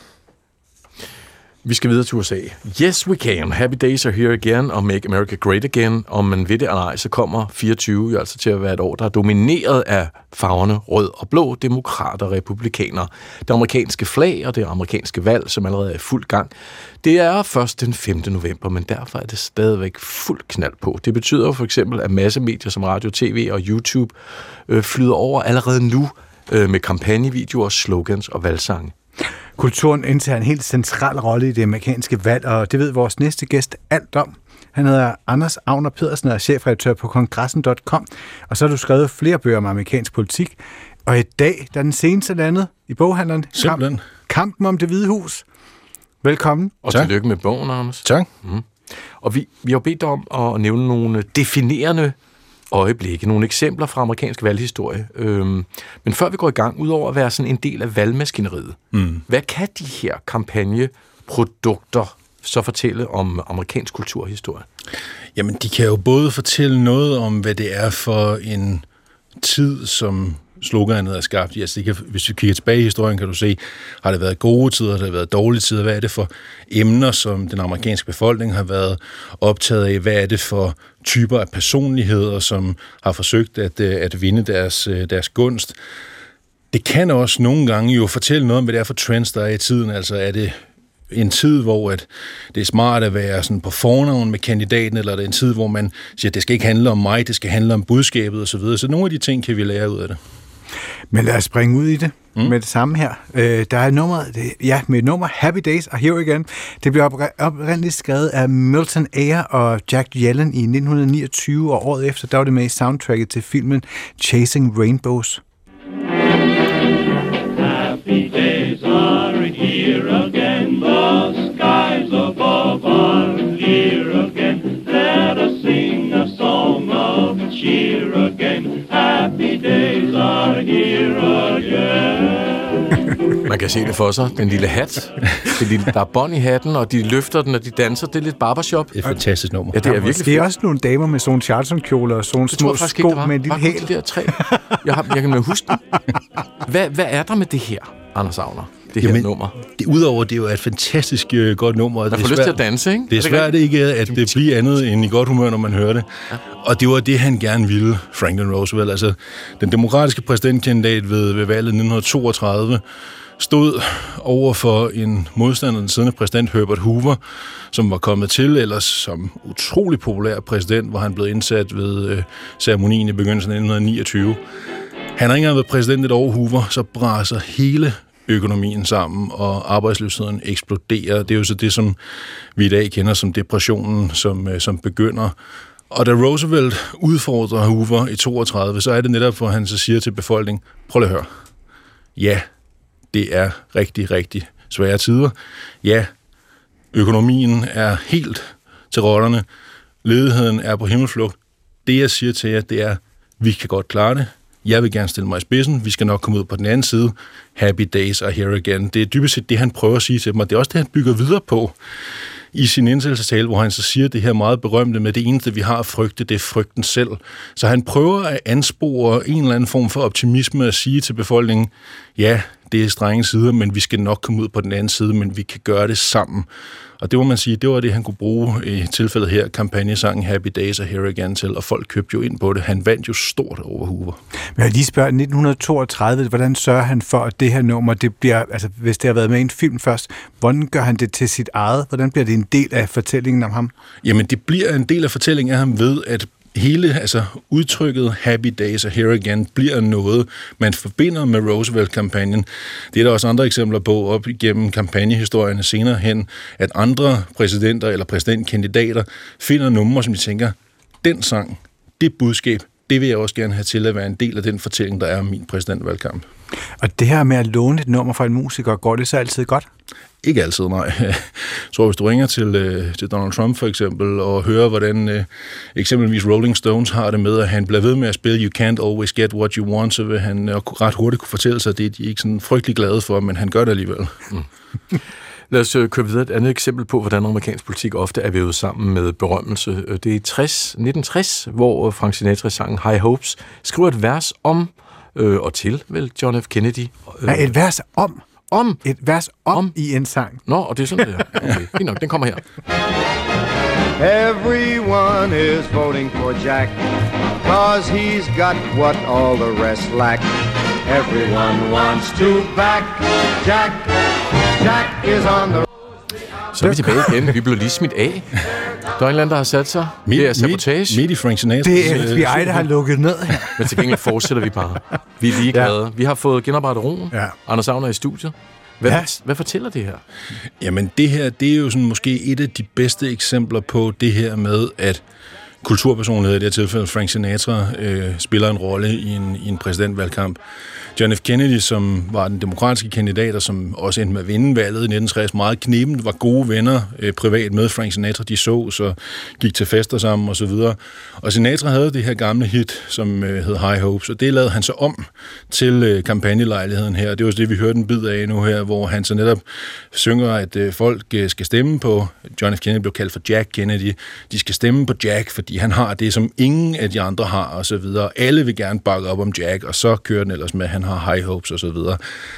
Vi skal videre til U S A. Yes, we can. Happy Days are here again, og Make America Great Again. Om man ved det eller ej, så kommer fireogtyve jo altså til at være et år, der er domineret af farverne rød og blå, demokrater og republikanere. Det amerikanske flag og det amerikanske valg, som allerede er i fuld gang, det er først den femte november, men derfor er det stadigvæk fuld knald på. Det betyder jo for eksempel, at massemedier som radio, tv og YouTube øh, flyder over allerede nu øh, med kampagnevideoer, slogans og valgsange. Kulturen indtager en helt central rolle i det amerikanske valg, og det ved vores næste gæst alt om. Han hedder Anders Agner Pedersen og er chefredaktør på kongressen punktum com, og så har du skrevet flere bøger om amerikansk politik. Og i dag, der er den seneste landet i boghandleren. Simpelthen. Kampen om Det Hvide Hus. Velkommen. Og tak. Tillykke med bogen, Anders. Tak. Mm. Og vi, vi har bedt om at nævne nogle definerende øjeblikke, nogle eksempler fra amerikansk valghistorie. Øhm, men før vi går i gang, udover at være sådan en del af valgmaskineriet, mm. hvad kan de her kampagneprodukter så fortælle om amerikansk kulturhistorie? Jamen, de kan jo både fortælle noget om, hvad det er for en tid, som sloganet er skabt. Altså, det kan, hvis vi kigger tilbage i historien, kan du se, har det været gode tider, har det været dårlige tider? Hvad er det for emner, som den amerikanske befolkning har været optaget af? Hvad er det for typer af personligheder, som har forsøgt at, at vinde deres, deres gunst? Det kan også nogle gange jo fortælle noget om, hvad det er for trends, der er i tiden. Altså, er det en tid, hvor at det er smart at være sådan på fornavn med kandidaten, eller er det en tid, hvor man siger, at det skal ikke handle om mig, det skal handle om budskabet osv. Så nogle af de ting kan vi lære ud af det. Men lad os springe ud i det mm. med det samme her. Øh, der er nummeret, ja, med nummer Happy Days are here again. Det blev oprindeligt skrevet af Milton Ayer og Jack Yellen i nitten niogtyve, og året efter, der var det med i soundtracket til filmen Chasing Rainbows. Happy days are here again, the skies above are here again. Let us sing a song of cheer again. Happy days are here again. Man kan se det for sig. Den lille hat. Det lille, der er bånd i hatten, og de løfter den, og de danser. Det er lidt barbershop. Det er et fantastisk nummer. Ja, det er virkelig fedt. Det er også nogle damer med sådan en Charleston-kjole og sådan små sko med en lille hæl. Der tre. Jeg, har, jeg kan med huske den. Hvad, hvad er der med det her, Anders Agner? Det her Jamen, nummer. Det, udover det er jo et fantastisk uh, godt nummer. Man får lyst til at danse, ikke? Det er svært ikke, at det bliver andet end i godt humør, når man hører det. Ja. Og det var det, han gerne ville, Franklin Roosevelt. Altså, den demokratiske præsidentkandidat ved, ved valget nitten toogtredive stod over for en modstander, den siddende præsident Herbert Hoover, som var kommet til, ellers som utrolig populær præsident, hvor han blev indsat ved øh, ceremonien i begyndelsen af nitten niogtyve. Han har ikke engang været præsident et år, Hoover, så braser hele økonomien sammen, og arbejdsløsheden eksploderer. Det er jo så det, som vi i dag kender som depressionen, som, som begynder. Og da Roosevelt udfordrer Hoover i toogtredive, så er det netop, hvor han så siger til befolkningen, prøv lige at høre. Ja, det er rigtig, rigtig svære tider. Ja, økonomien er helt til rotterne. Ledigheden er på himmelflugt. Det, jeg siger til jer, det er, vi kan godt klare det. Jeg vil gerne stille mig i spidsen. Vi skal nok komme ud på den anden side. Happy days are here again. Det er dybest set det, han prøver at sige til dem, og det er også det, han bygger videre på i sin indsættelsestale, hvor han så siger det her meget berømte med, det eneste, vi har at frygte, det er frygten selv. Så han prøver at anspore en eller anden form for optimisme og sige til befolkningen, ja, det er strenge sider, men vi skal nok komme ud på den anden side, men vi kan gøre det sammen. Og det må man sige, det var det, han kunne bruge i tilfældet her, kampagnesangen Happy Days are Here Again til, og folk købte jo ind på det. Han vandt jo stort over Hoover. Men jeg lige spørger, nitten toogtredive, hvordan sørger han for, at det her nummer, det bliver, altså hvis det har været med i en film først, hvordan gør han det til sit eget? Hvordan bliver det en del af fortællingen om ham? Jamen, det bliver en del af fortællingen af ham ved, at hele altså udtrykket Happy Days are Here Again bliver noget, man forbinder med Roosevelt-kampagnen. Det er der også andre eksempler på op igennem kampagnehistorierne senere hen, at andre præsidenter eller præsidentkandidater finder numre, som de tænker, den sang, det budskab, det vil jeg også gerne have til at være en del af den fortælling, der er om min præsidentvalgkamp. Og det her med at låne et nummer fra en musiker, går det så altid godt? Ikke altid, nej. Jeg tror, hvis du ringer til, øh, til Donald Trump for eksempel, og hører, hvordan øh, eksempelvis Rolling Stones har det med, at han bliver ved med at spille You Can't Always Get What You Want, så vil han øh, ret hurtigt kunne fortælle sig, at det er de ikke sådan frygtelig glade for, men han gør det alligevel. Mm. Lad os køre videre. Et andet eksempel på, hvordan amerikansk politik ofte er vævet sammen med berømmelse. Det er tres, nitten tres, hvor Frank Sinatra sang High Hopes skriver et vers om, øh, og til, vel, John F. Kennedy. Øh, ja, et vers om? Om? Et vers om, om i en sang. Nå, og det er sådan, det er. Okay, fint nok, den kommer her. Everyone is voting for Jack, cause he's got what all the rest lack. Everyone wants to back Jack. Jack is on the... Så er vi tilbage igen. Vi blev lige smidt af. Der er en eller anden, der har sat sig. Midt, det er sabotage. Midt i Frank Sinatra. Det er F B I, der har lukket ned her. Men til gengæld fortsætter vi bare. Vi er lige glade. Ja. Vi har fået genoprettet roen. Ja. Anders Agner i studiet. Hvad, ja. hvad fortæller det her? Jamen det her, det er jo sådan måske et af de bedste eksempler på det her med, at kulturpersonlighed, i det her tilfælde Frank Sinatra, øh, spiller en rolle i en, i en præsidentvalgkamp. John F. Kennedy, som var den demokratiske kandidat, og som også endte med at vinde valget i nitten tres, meget knebent, var gode venner øh, privat med Frank Sinatra. De så, så gik til fester sammen og så videre. Og Sinatra havde det her gamle hit, som øh, hed High Hopes, og det lavede han så om til øh, kampagnelejligheden her. Det var det, vi hørte en bid af nu her, hvor han så netop synger, at øh, folk øh, skal stemme på, John F. Kennedy blev kaldt for Jack Kennedy, de skal stemme på Jack, fordi han har det, som ingen af de andre har, og så videre. Alle vil gerne bakke op om Jack, og så kører den ellers med, at han har high hopes og så videre.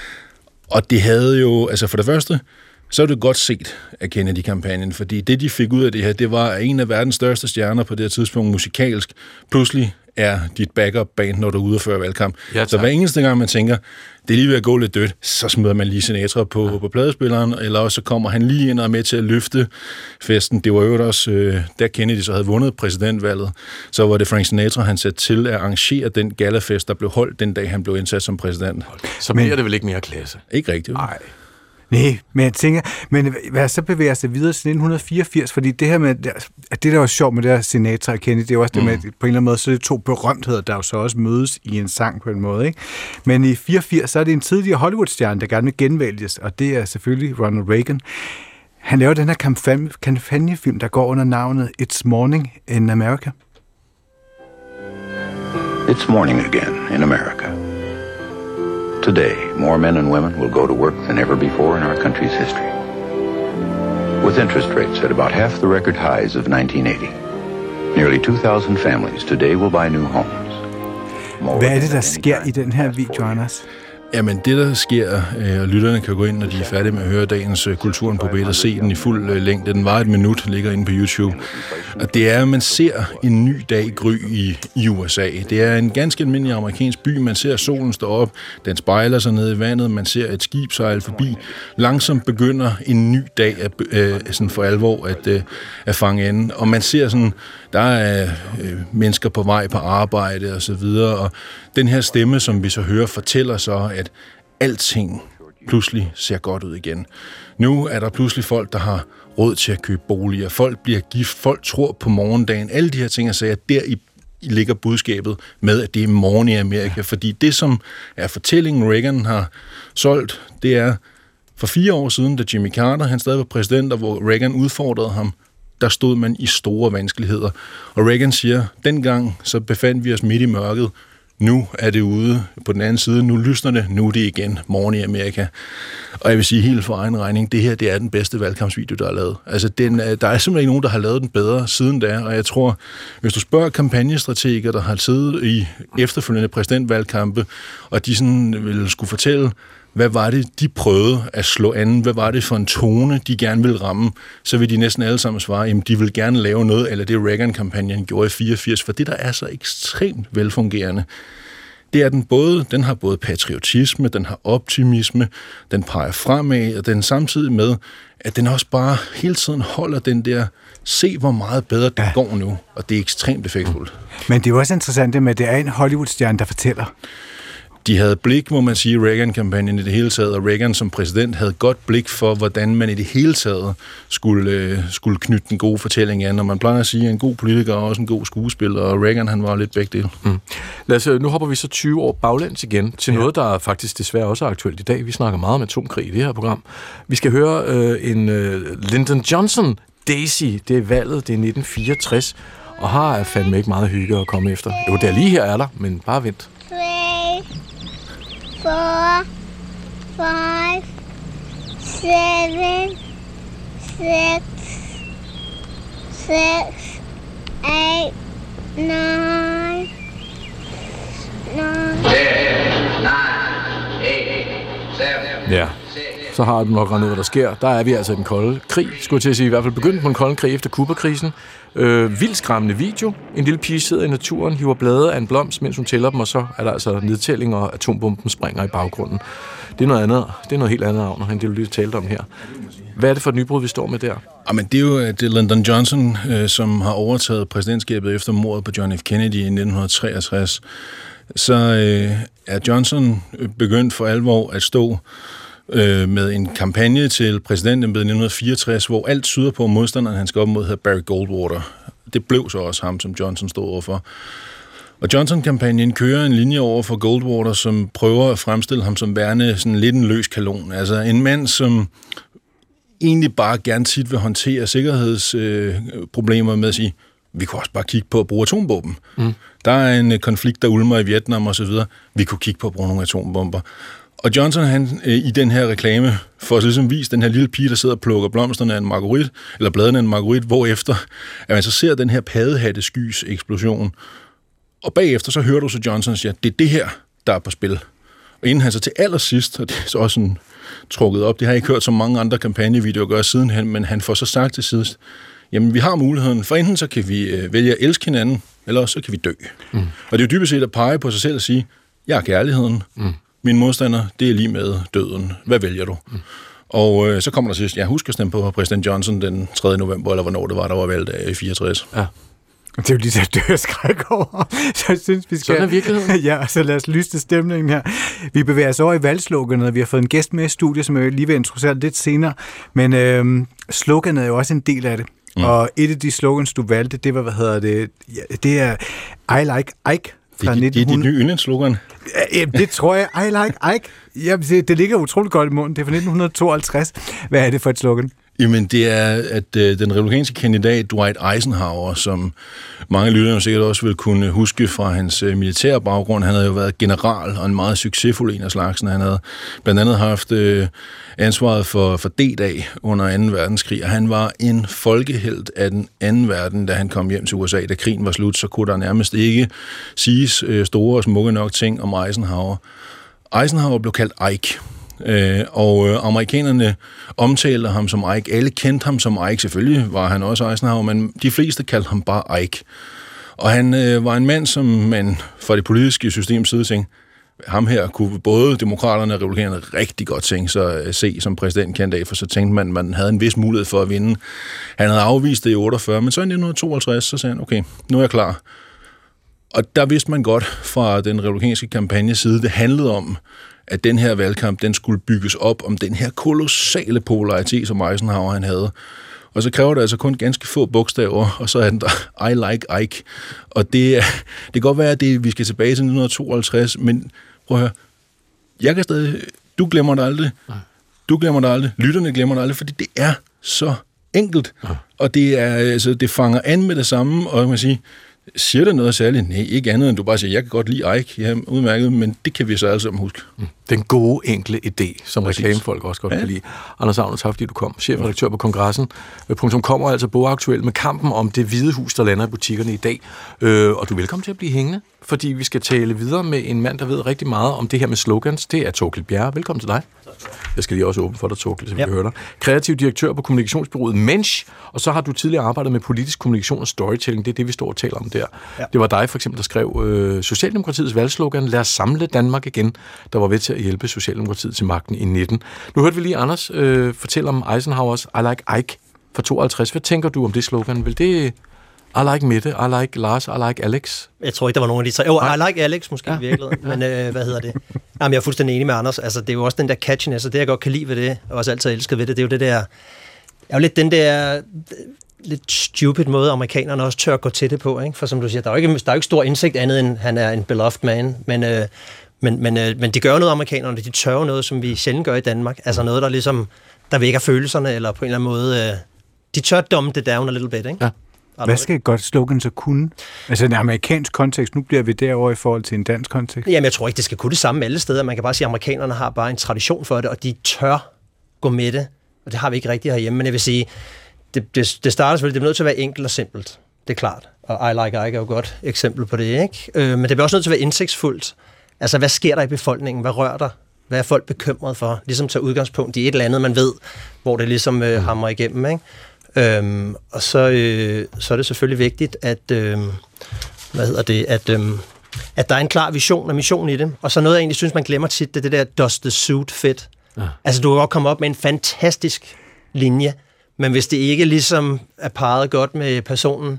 Og det havde jo, altså for det første, så er det godt set af Kennedy-kampagnen, fordi det, de fik ud af det her, det var, at en af verdens største stjerner på det her tidspunkt musikalsk, pludselig er dit backup-band, når du er ude og føre valgkamp. Ja, så hver eneste gang, man tænker, det er lige ved at gå lidt dødt, så smider man lige Sinatra på, ja. på pladespilleren, eller også så kommer han lige ind og er med til at løfte festen. Det var jo også, øh, da Kennedy så havde vundet præsidentvalget, så var det Frank Sinatra, han satte til at arrangere den gallafest, der blev holdt den dag, han blev indsat som præsident. Så bliver det vel ikke mere klasse? Ikke rigtigt. Nej. Nej, men jeg tænker, men hvad så bevæger sig videre til nitten fireogfirs, fordi det her med, at det der var sjovt med det her Sinatra og Kennedy, det er jo også mm. det med, på en eller anden måde, så er det to berømtheder, der jo så også mødes i en sang på en måde, ikke? Men i fireogfirs, så er det en tidligere Hollywood-stjerne, der gerne vil genvælges, og det er selvfølgelig Ronald Reagan. Han laver den her kampagne, kampagnefilm, der går under navnet It's Morning in America. It's morning again in America. Today, more men and women will go to work than ever before in our country's history. With interest rates at about half the record highs of nineteen eighty, nearly two thousand families today will buy new homes. More Hvad er det, der sker i den her video, Anders? Jamen, det der sker, og lytterne kan gå ind, når de er færdige med at høre dagens Kulturen på B, og se den i fuld længde. Den var et minut, ligger inde på YouTube. Og det er, at man ser en ny dag gry i, i U S A. Det er en ganske almindelig amerikansk by. Man ser solen stå op, den spejler sig ned i vandet, man ser et skib sejle forbi. Langsomt begynder en ny dag at, øh, sådan for alvor at, øh, at fange enden. Og man ser sådan, der er øh, mennesker på vej på arbejde og så videre. Og den her stemme, som vi så hører, fortæller så, at alting pludselig ser godt ud igen. Nu er der pludselig folk, der har råd til at købe boliger. Folk bliver gift. Folk tror på morgendagen. Alle de her ting, jeg sagde, at der i ligger budskabet med, at det er morgen i Amerika. Fordi det, som er fortællingen, Reagan har solgt, det er for fire år siden, da Jimmy Carter, han stadig var præsident, og hvor Reagan udfordrede ham, der stod man i store vanskeligheder. Og Reagan siger, dengang så befandt vi os midt i mørket. Nu er det ude på den anden side, nu lysner det, nu er det igen morgen i Amerika. Og jeg vil sige helt for egen regning, det her, det er den bedste valgkampsvideo, der er lavet. Altså, den, der er simpelthen ikke nogen, der har lavet den bedre siden da, og jeg tror, hvis du spørger kampagnestrateger, der har siddet i efterfølgende præsidentvalgkampe, og de sådan vil skulle fortælle, hvad var det, de prøvede at slå an? Hvad var det for en tone, de gerne ville ramme? Så vil de næsten alle sammen svare, at de vil gerne lave noget, eller det Reagan-kampagnen gjorde i fireogfirs, for det, der er så ekstremt velfungerende, det er den både, den har både patriotisme, den har optimisme, den peger fremad, og den samtidig med, at den også bare hele tiden holder den der, se hvor meget bedre det ja. går nu, og det er ekstremt effektfuldt. Men det er jo også interessant det med, at det er en Hollywood-stjerne, der fortæller. De havde blik, må man sige, Reagan-kampagnen i det hele taget, og Reagan som præsident havde godt blik for, hvordan man i det hele taget skulle, skulle knytte den gode fortælling an. Og man plejer at sige, at en god politiker er også en god skuespiller, og Reagan, han var lidt begge dele. Mm. Lad os, nu hopper vi så tyve år baglæns igen til ja. noget, der faktisk desværre også er aktuelt i dag. Vi snakker meget om atomkrig i det her program. Vi skal høre øh, en øh, Lyndon Johnson, Daisy, det er valget, det er nitten fireogtres, og har er fandme ikke meget hygge at komme efter. Jo, det er lige her er der, men bare vent. Four, five, seven, six, six, eight, nine, nine. Ten, nine, eight, seven. Ja, så har du nok regnet, hvad der sker. Der er vi altså i den kolde krig, skulle jeg til at sige. I hvert fald begyndt på den kolde krig efter Cuba-krisen. Øh, vildt skræmmende video. En lille pige sidder i naturen, hiver blade af en blomst, mens hun tæller dem, og så er der altså nedtælling, og atombomben springer i baggrunden. Det er noget andet. Det er noget helt andet, end det, du lige talte om her. Hvad er det for et nybrud, vi står med der? Jamen, det er jo det er Lyndon Johnson, øh, som har overtaget præsidentskabet efter mordet på John F. Kennedy i nitten treogtres. Så øh, er Johnson begyndt for alvor at stå øh, med en kampagne til præsidentembedet i nitten fireogtres, hvor alt tyder på, at modstanderen, han skal op mod, hedder Barry Goldwater. Det blev så også ham, som Johnson stod overfor. Og Johnson-kampagnen kører en linje over for Goldwater, som prøver at fremstille ham som værende sådan lidt en løs kanon. Altså en mand, som egentlig bare gerne tit vil håndtere sikkerhedsproblemer øh, med at sige, vi kunne også bare kigge på at bruge atombomben. Mm. Der er en konflikt, der ulmer i Vietnam og så videre. Vi kunne kigge på at bruge nogle atombomber. Og Johnson, han øh, i den her reklame, får så ligesom vist den her lille pige, der sidder og plukker blomsterne af en marguerit, eller bladene af en marguerit, hvorefter at man så ser den her paddehatteskys eksplosion. Og bagefter så hører du så Johnson sige, det er det her, der er på spil. Og inden han så til allersidst, og det er så også sådan trukket op, det har jeg ikke hørt så mange andre kampagnevideoer gøre sidenhen, men han får så sagt til sidst, jamen vi har muligheden, for enten så kan vi øh, vælge at elske hinanden, eller så kan vi dø. Mm. Og det er jo dybest set at pege på sig selv og sige, jeg er kærligheden, mm. min modstander, det er lige med døden. Hvad vælger du? Mm. Og øh, så kommer der sidst, jeg husker at stemme på præsident Johnson den tredje november, eller hvornår det var, der var valgt af i fireogtres. Ja. Det er jo lige så dør skræk over. Så jeg synes, vi skal... Sådan er virkeligheden. Ja, så lad os lyse stemningen her. Vi bevæger os over i valgsloganet, og vi har fået en gæst med i studiet, som jeg lige vil introducere lidt senere. Men øhm, sloganet er jo også en del af det. Mm. Og et af de slogans, du valgte, det var, hvad hedder det? Ja, det er I like Ike. Det er, det er dit nye yndlingsslogan. Ja, det tror jeg. I like Ike. Jamen, det, det ligger utroligt godt i munden. Det er fra nitten tooghalvtreds. Hvad er det for et slogan? Jamen, det er, at øh, den republikanske kandidat Dwight Eisenhower, som mange lyttere sikkert også vil kunne huske fra hans øh, militære baggrund, han havde jo været general og en meget succesfuld en af slagsen. Han havde blandt andet haft øh, ansvaret for, for D-dag under anden verdenskrig, og han var en folkehelt af den anden verden, da han kom hjem til U S A. Da krigen var slut, så kunne der nærmest ikke siges øh, store og smukke nok ting om Eisenhower. Eisenhower blev kaldt Ike. Øh, og øh, amerikanerne omtalte ham som Ike. Alle kendte ham som Ike. Selvfølgelig var han også Eisenhower, men de fleste kaldte ham bare Ike. Og han øh, var en mand, som man fra det politiske system side tænkte, ham her kunne både demokraterne og republikanerne rigtig godt tænke sig at se som præsidentkandidat, for så tænkte man, at man havde en vis mulighed for at vinde. Han havde afvist det i otteogfyrre, men så i nitten tooghalvtreds, så sagde han, okay, nu er jeg klar. Og der vidste man godt fra den republikanske kampagnes side, det handlede om, at den her valgkamp, den skulle bygges op om den her kolossale popularitet, som Eisenhower han havde. Og så kræver det altså kun ganske få bogstaver, og så er den der, I like Ike. Og det, det kan godt være, at det, vi skal tilbage til nitten tooghalvtreds, men prøv at høre, jeg kan stadig, du glemmer det aldrig, du glemmer det aldrig, lytterne glemmer det aldrig, fordi det er så enkelt. Og det, er, altså, det fanger an med det samme, og man kan sige, Siger det noget særligt? Nej, ikke andet end du bare siger, jeg kan godt lide Ike, ja, udmærket, men det kan vi så alle sammen huske. Mm. Den gode, enkle idé, som reklamefolk også godt ja. kan lide. Anders Agner, tak fordi du kom. Chefredaktør på Kongressen. Punktum kommer altså bogaktuelt med kampen om det hvide hus, der lander i butikkerne i dag. Øh, og du er velkommen til at blive hængende, fordi vi skal tale videre med en mand, der ved rigtig meget om det her med slogans. Det er Torkild Bjerre. Velkommen til dig. Jeg skal lige også åbne for dig, Torkild, så vi ja. kan høre dig. Kreativ direktør på kommunikationsbureauet Mensch, og så har du tidligere arbejdet med politisk kommunikation og storytelling. Det er det, vi står og taler om der. Ja. Det var dig for eksempel, der skrev øh, Socialdemokratiets valgslogan, lad os samle Danmark igen, der var ved til at hjælpe Socialdemokratiet til magten i nitten. Nu hørte vi lige Anders øh, fortælle om Eisenhowers I Like Ike fra tooghalvtreds. Hvad tænker du om det slogan? Vil det... I like Mette, I like Lars, I like Alex. Jeg tror ikke, der var nogen af de tre. Jo, I like Alex måske i virkeligheden, men øh, hvad hedder det? Jamen, jeg er fuldstændig enig med Anders. Altså, det er jo også den der catchiness, og det jeg godt kan lide ved det, og også altid elsker ved det, det er jo det der... er jo lidt den der lidt stupid måde, amerikanerne også tør at gå til det på, ikke? For som du siger, der er jo ikke, der er jo ikke stor indsigt andet, end han er en beloved man, men, øh, men, men, øh, men de gør noget, amerikanerne, de tør noget, som vi sjældent gør i Danmark. Altså noget, der ligesom, der vækker følelserne, eller på en eller anden måde, øh, de tør dumme det down a little bit, ikke? Ja. Hvad skal et godt slogan så kunne? Altså en amerikansk kontekst, nu bliver vi derovre i forhold til en dansk kontekst. Jamen jeg tror ikke, det skal kunne det samme alle steder. Man kan bare sige, at amerikanerne har bare en tradition for det, og de tør gå med det, og det har vi ikke rigtigt herhjemme. Men jeg vil sige, det, det, det starter selvfølgelig, det er nødt til at være enkelt og simpelt. Det er klart. Og I Like Ike er jo et godt eksempel på det, ikke? Øh, men det bliver også nødt til at være indsigtsfuldt. Altså, hvad sker der i befolkningen? Hvad rører der? Hvad er folk bekymret for? Ligesom tage udgangspunkt i et eller andet, man ved, hvor det ligesom øh, hamrer igennem, ikke? Øhm, og så, øh, så er det selvfølgelig vigtigt, at, øh, hvad hedder det, at, øh, at der er en klar vision og mission i det. Og så noget, jeg egentlig synes, man glemmer tit, det er det der, does the suit fit? Ja. Altså, du kan godt komme op med en fantastisk linje, men hvis det ikke ligesom er parret godt med personen,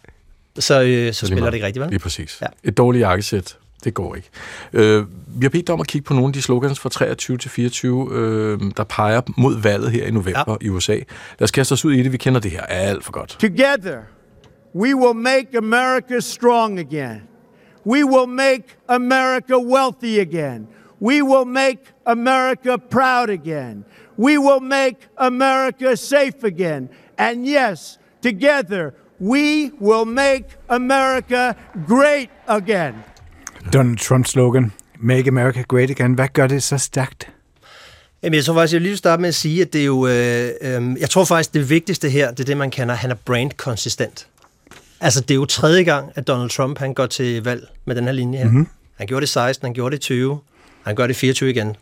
så, øh, så spiller det ikke rigtigt, vel? Lige præcis. Ja. Et dårligt jakkesæt. Det går ikke. Øh, vi har bedt dig om at kigge på nogle af de slogans fra treogtyve til fireogtyve, øh, der peger mod valget her i november ja. i U S A. Lad os kaste os ud i det. Vi kender det her alt for godt. Together, we will make America strong again. We will make America wealthy again. We will make America proud again. We will make America safe again. And yes, together, we will make America great again. Donald Trumps slogan, Make America Great Again. Hvad gør det så stærkt? Jamen, jeg tror faktisk, jeg vil lige starte med at sige, at det er jo... Øh, øh, jeg tror faktisk, det vigtigste her, det er det, man kalder, han er brand-konsistent. Altså, det er jo tredje gang, at Donald Trump, han går til valg med den her linje her. Mm-hmm. Han gjorde det i seksten, han gjorde det i tyve, han gør det i fireogtyve igen.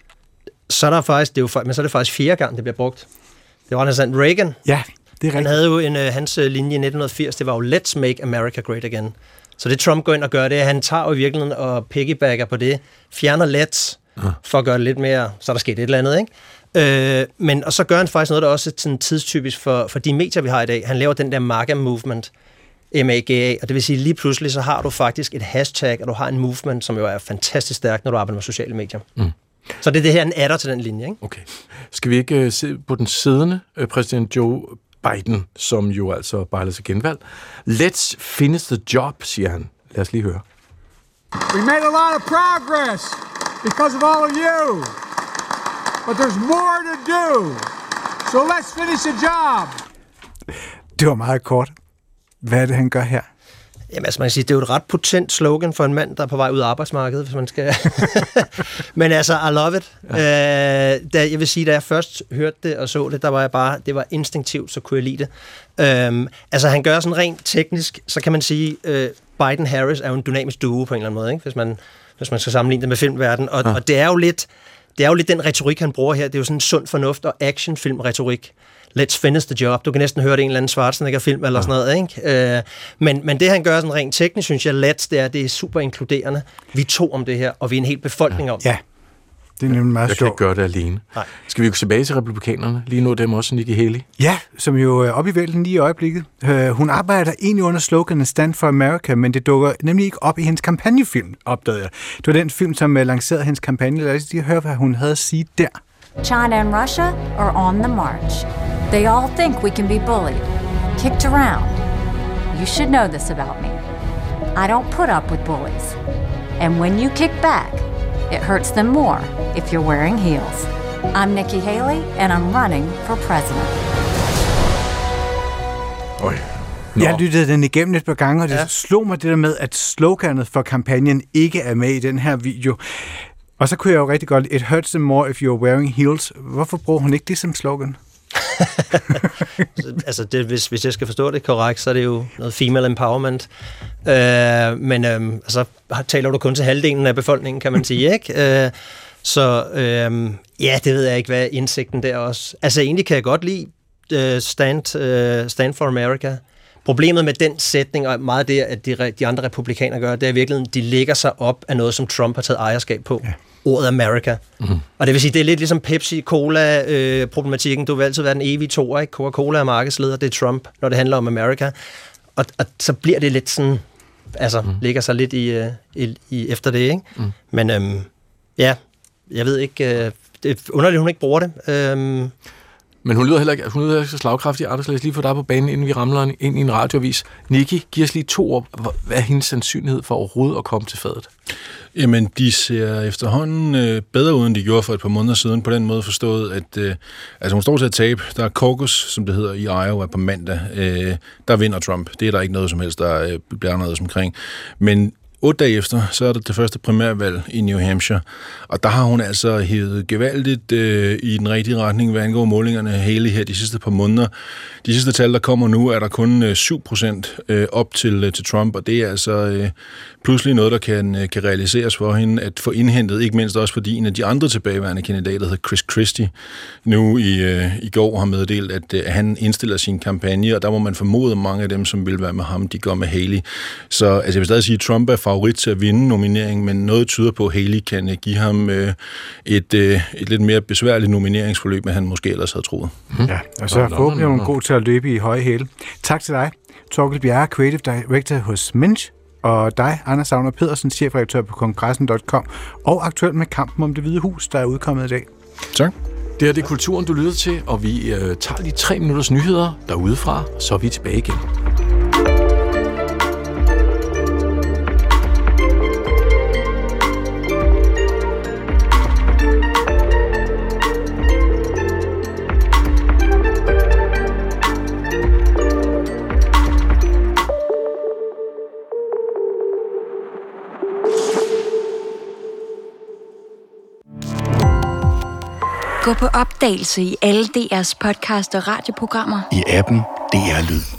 Så er der faktisk, det er jo, men så er det faktisk fjerde gang, det bliver brugt. Det var sådan Reagan. Ja, det er rigtigt. Han havde jo en, øh, hans linje i nitten firs, det var jo Let's Make America Great Again. Så det Trump går ind og gør det, han tager jo i virkeligheden og piggybacker på det, fjerner let's, ja. for at gøre det lidt mere, så er der sket et eller andet, ikke? Øh, men, og så gør han faktisk noget, der også er sådan tidstypisk for, for de medier, vi har i dag. Han laver den der MAGA movement, M A G A, og det vil sige, lige pludselig, så har du faktisk et hashtag, og du har en movement, som jo er fantastisk stærk, når du arbejder med sociale medier. Mm. Så det er det her, en adder til den linje, ikke? Okay. Skal vi ikke uh, se på den siddende uh, præsident Joe Biden, som jo altså bejler sig genvalg? Let's finish the job, siger han. Lad os lige høre. We made a lot of progress because of all of you. But there's more to do. So let's finish the job. Det var meget kort. Hvad er det, han gør her? Jamen, altså man kan sige, det er jo et ret potent slogan for en mand, der er på vej ud af arbejdsmarkedet, hvis man skal... Men altså, I love it. Ja. Øh, da, jeg vil sige, da jeg først hørte det og så det, der var jeg bare, det var instinktivt, så kunne jeg lide det. Øhm, altså, han gør sådan rent teknisk, så kan man sige, øh, Biden-Harris er jo en dynamisk duo på en eller anden måde, ikke? Hvis man, hvis man skal sammenligne det med filmverdenen. Og, ja. og det er jo lidt... Det er jo lidt den retorik, han bruger her. Det er jo sådan en sund fornuft og actionfilm-retorik. Let's finish the job. Du kan næsten høre det i en eller anden Schwarzenegger-film eller ja. sådan noget, ikke? Øh, men, men det, han gør sådan rent teknisk, synes jeg, let's, det er, det er super inkluderende. Vi to om det her, og vi er en hel befolkning om ja. Det er nemlig meget sjovt. Jeg kan ikke gøre det alene. Nej. Skal vi jo tilbage til republikanerne? Lige nu dem også, Nikki Haley. Ja, som jo er oppe i vælten lige i øjeblikket. Uh, hun arbejder egentlig under sloganet Stand for America, men det dukker nemlig ikke op i hendes kampagnefilm, opdagede jeg. Det var den film, som lancerede hendes kampagne. Lad os lige høre, hvad hun havde at sige der. China and Russia are on the march. They all think we can be bullied, kicked around. You should know this about me. I don't put up with bullies. And when you kick back, it hurts them more if you're wearing heels. I'm Nikki Haley, and I'm running for president. Oj. Jeg lyttede den igennem et par gange, og det ja. slog mig det der med, at sloganet for kampagnen ikke er med i den her video. Og så kunne jeg jo rigtig godt, it hurts them more if you're wearing heels. Hvorfor bruger hun ikke det som slogan? altså, det, hvis, hvis jeg skal forstå det korrekt, så er det jo noget female empowerment. Øh, men øh, altså, taler du kun til halvdelen af befolkningen, kan man sige, ikke? Øh, så øh, ja, det ved jeg ikke, hvad er indsigten der også. Altså, egentlig kan jeg godt lide uh, stand, uh, stand for America. Problemet med den sætning, og meget det, at de, de andre republikanere gør, det er i virkeligheden, de lægger sig op af noget, som Trump har taget ejerskab på. Ja. Ordet America. Mm-hmm. Og det vil sige, det er lidt ligesom Pepsi-Cola-problematikken. Du vil altid være den evige toer, ikke? Coca-Cola er markedsleder, det er Trump, når det handler om America. Og, og så bliver det lidt sådan, altså, mm. ligger sig lidt i, i, i efter det, ikke? Mm. Men øhm, ja, jeg ved ikke, øh, det er underligt, hun ikke bruger det. Øhm, Men hun lyder heller ikke, hun lyder ikke så slagkraftig. Anders, lad os lige få dig på banen, inden vi ramler ind i en radioavis. Nikki, giv os lige to ord. Hvad er hendes sandsynlighed for overhovedet at komme til fadet? Jamen, de ser efterhånden øh, bedre ud, end de gjorde for et par måneder siden. På den måde forstået, at øh, altså, hun står til at tabe. Der er caucus, som det hedder, i Iowa på mandag. Øh, der vinder Trump. Det er der ikke noget som helst, der øh, bliver noget omkring. Men otte dage efter, så er der det første primærvalg i New Hampshire, og der har hun altså hævet gevaldigt øh, i den rigtige retning, hvad angår målingerne Haley her de sidste par måneder. De sidste tal, der kommer nu, er der kun øh, syv procent øh, op til, øh, til Trump, og det er altså øh, pludselig noget, der kan, øh, kan realiseres for hende, at få indhentet, ikke mindst også fordi en af de andre tilbageværende kandidater, der hedder Chris Christie, nu i, øh, i går har meddelt, at øh, han indstiller sin kampagne, og der må man formode, mange af dem, som vil være med ham, de går med Haley. Så altså, jeg vil stadig sige, at Trump er favorit til at vinde nomineringen, men noget tyder på, at Haley kan give ham øh, et, øh, et lidt mere besværligt nomineringsforløb, end han måske ellers havde troet. Mm. Ja, og så forhåbentlig er hun god til at løbe i høje hæle. Tak til dig, Torkel Bjerre, Creative Director hos Minch, og dig, Anders Savner Pedersen, chefredaktør på kongressen punktum com, og aktuelt med Kampen om Det Hvide Hus, der er udkommet i dag. Tak. Det her det er Kulturen, du lytter til, og vi øh, tager de tre minutters nyheder derudefra, så er vi tilbage igen. Gå på opdagelse i alle D R's podcast og radioprogrammer. I appen D R Lyd.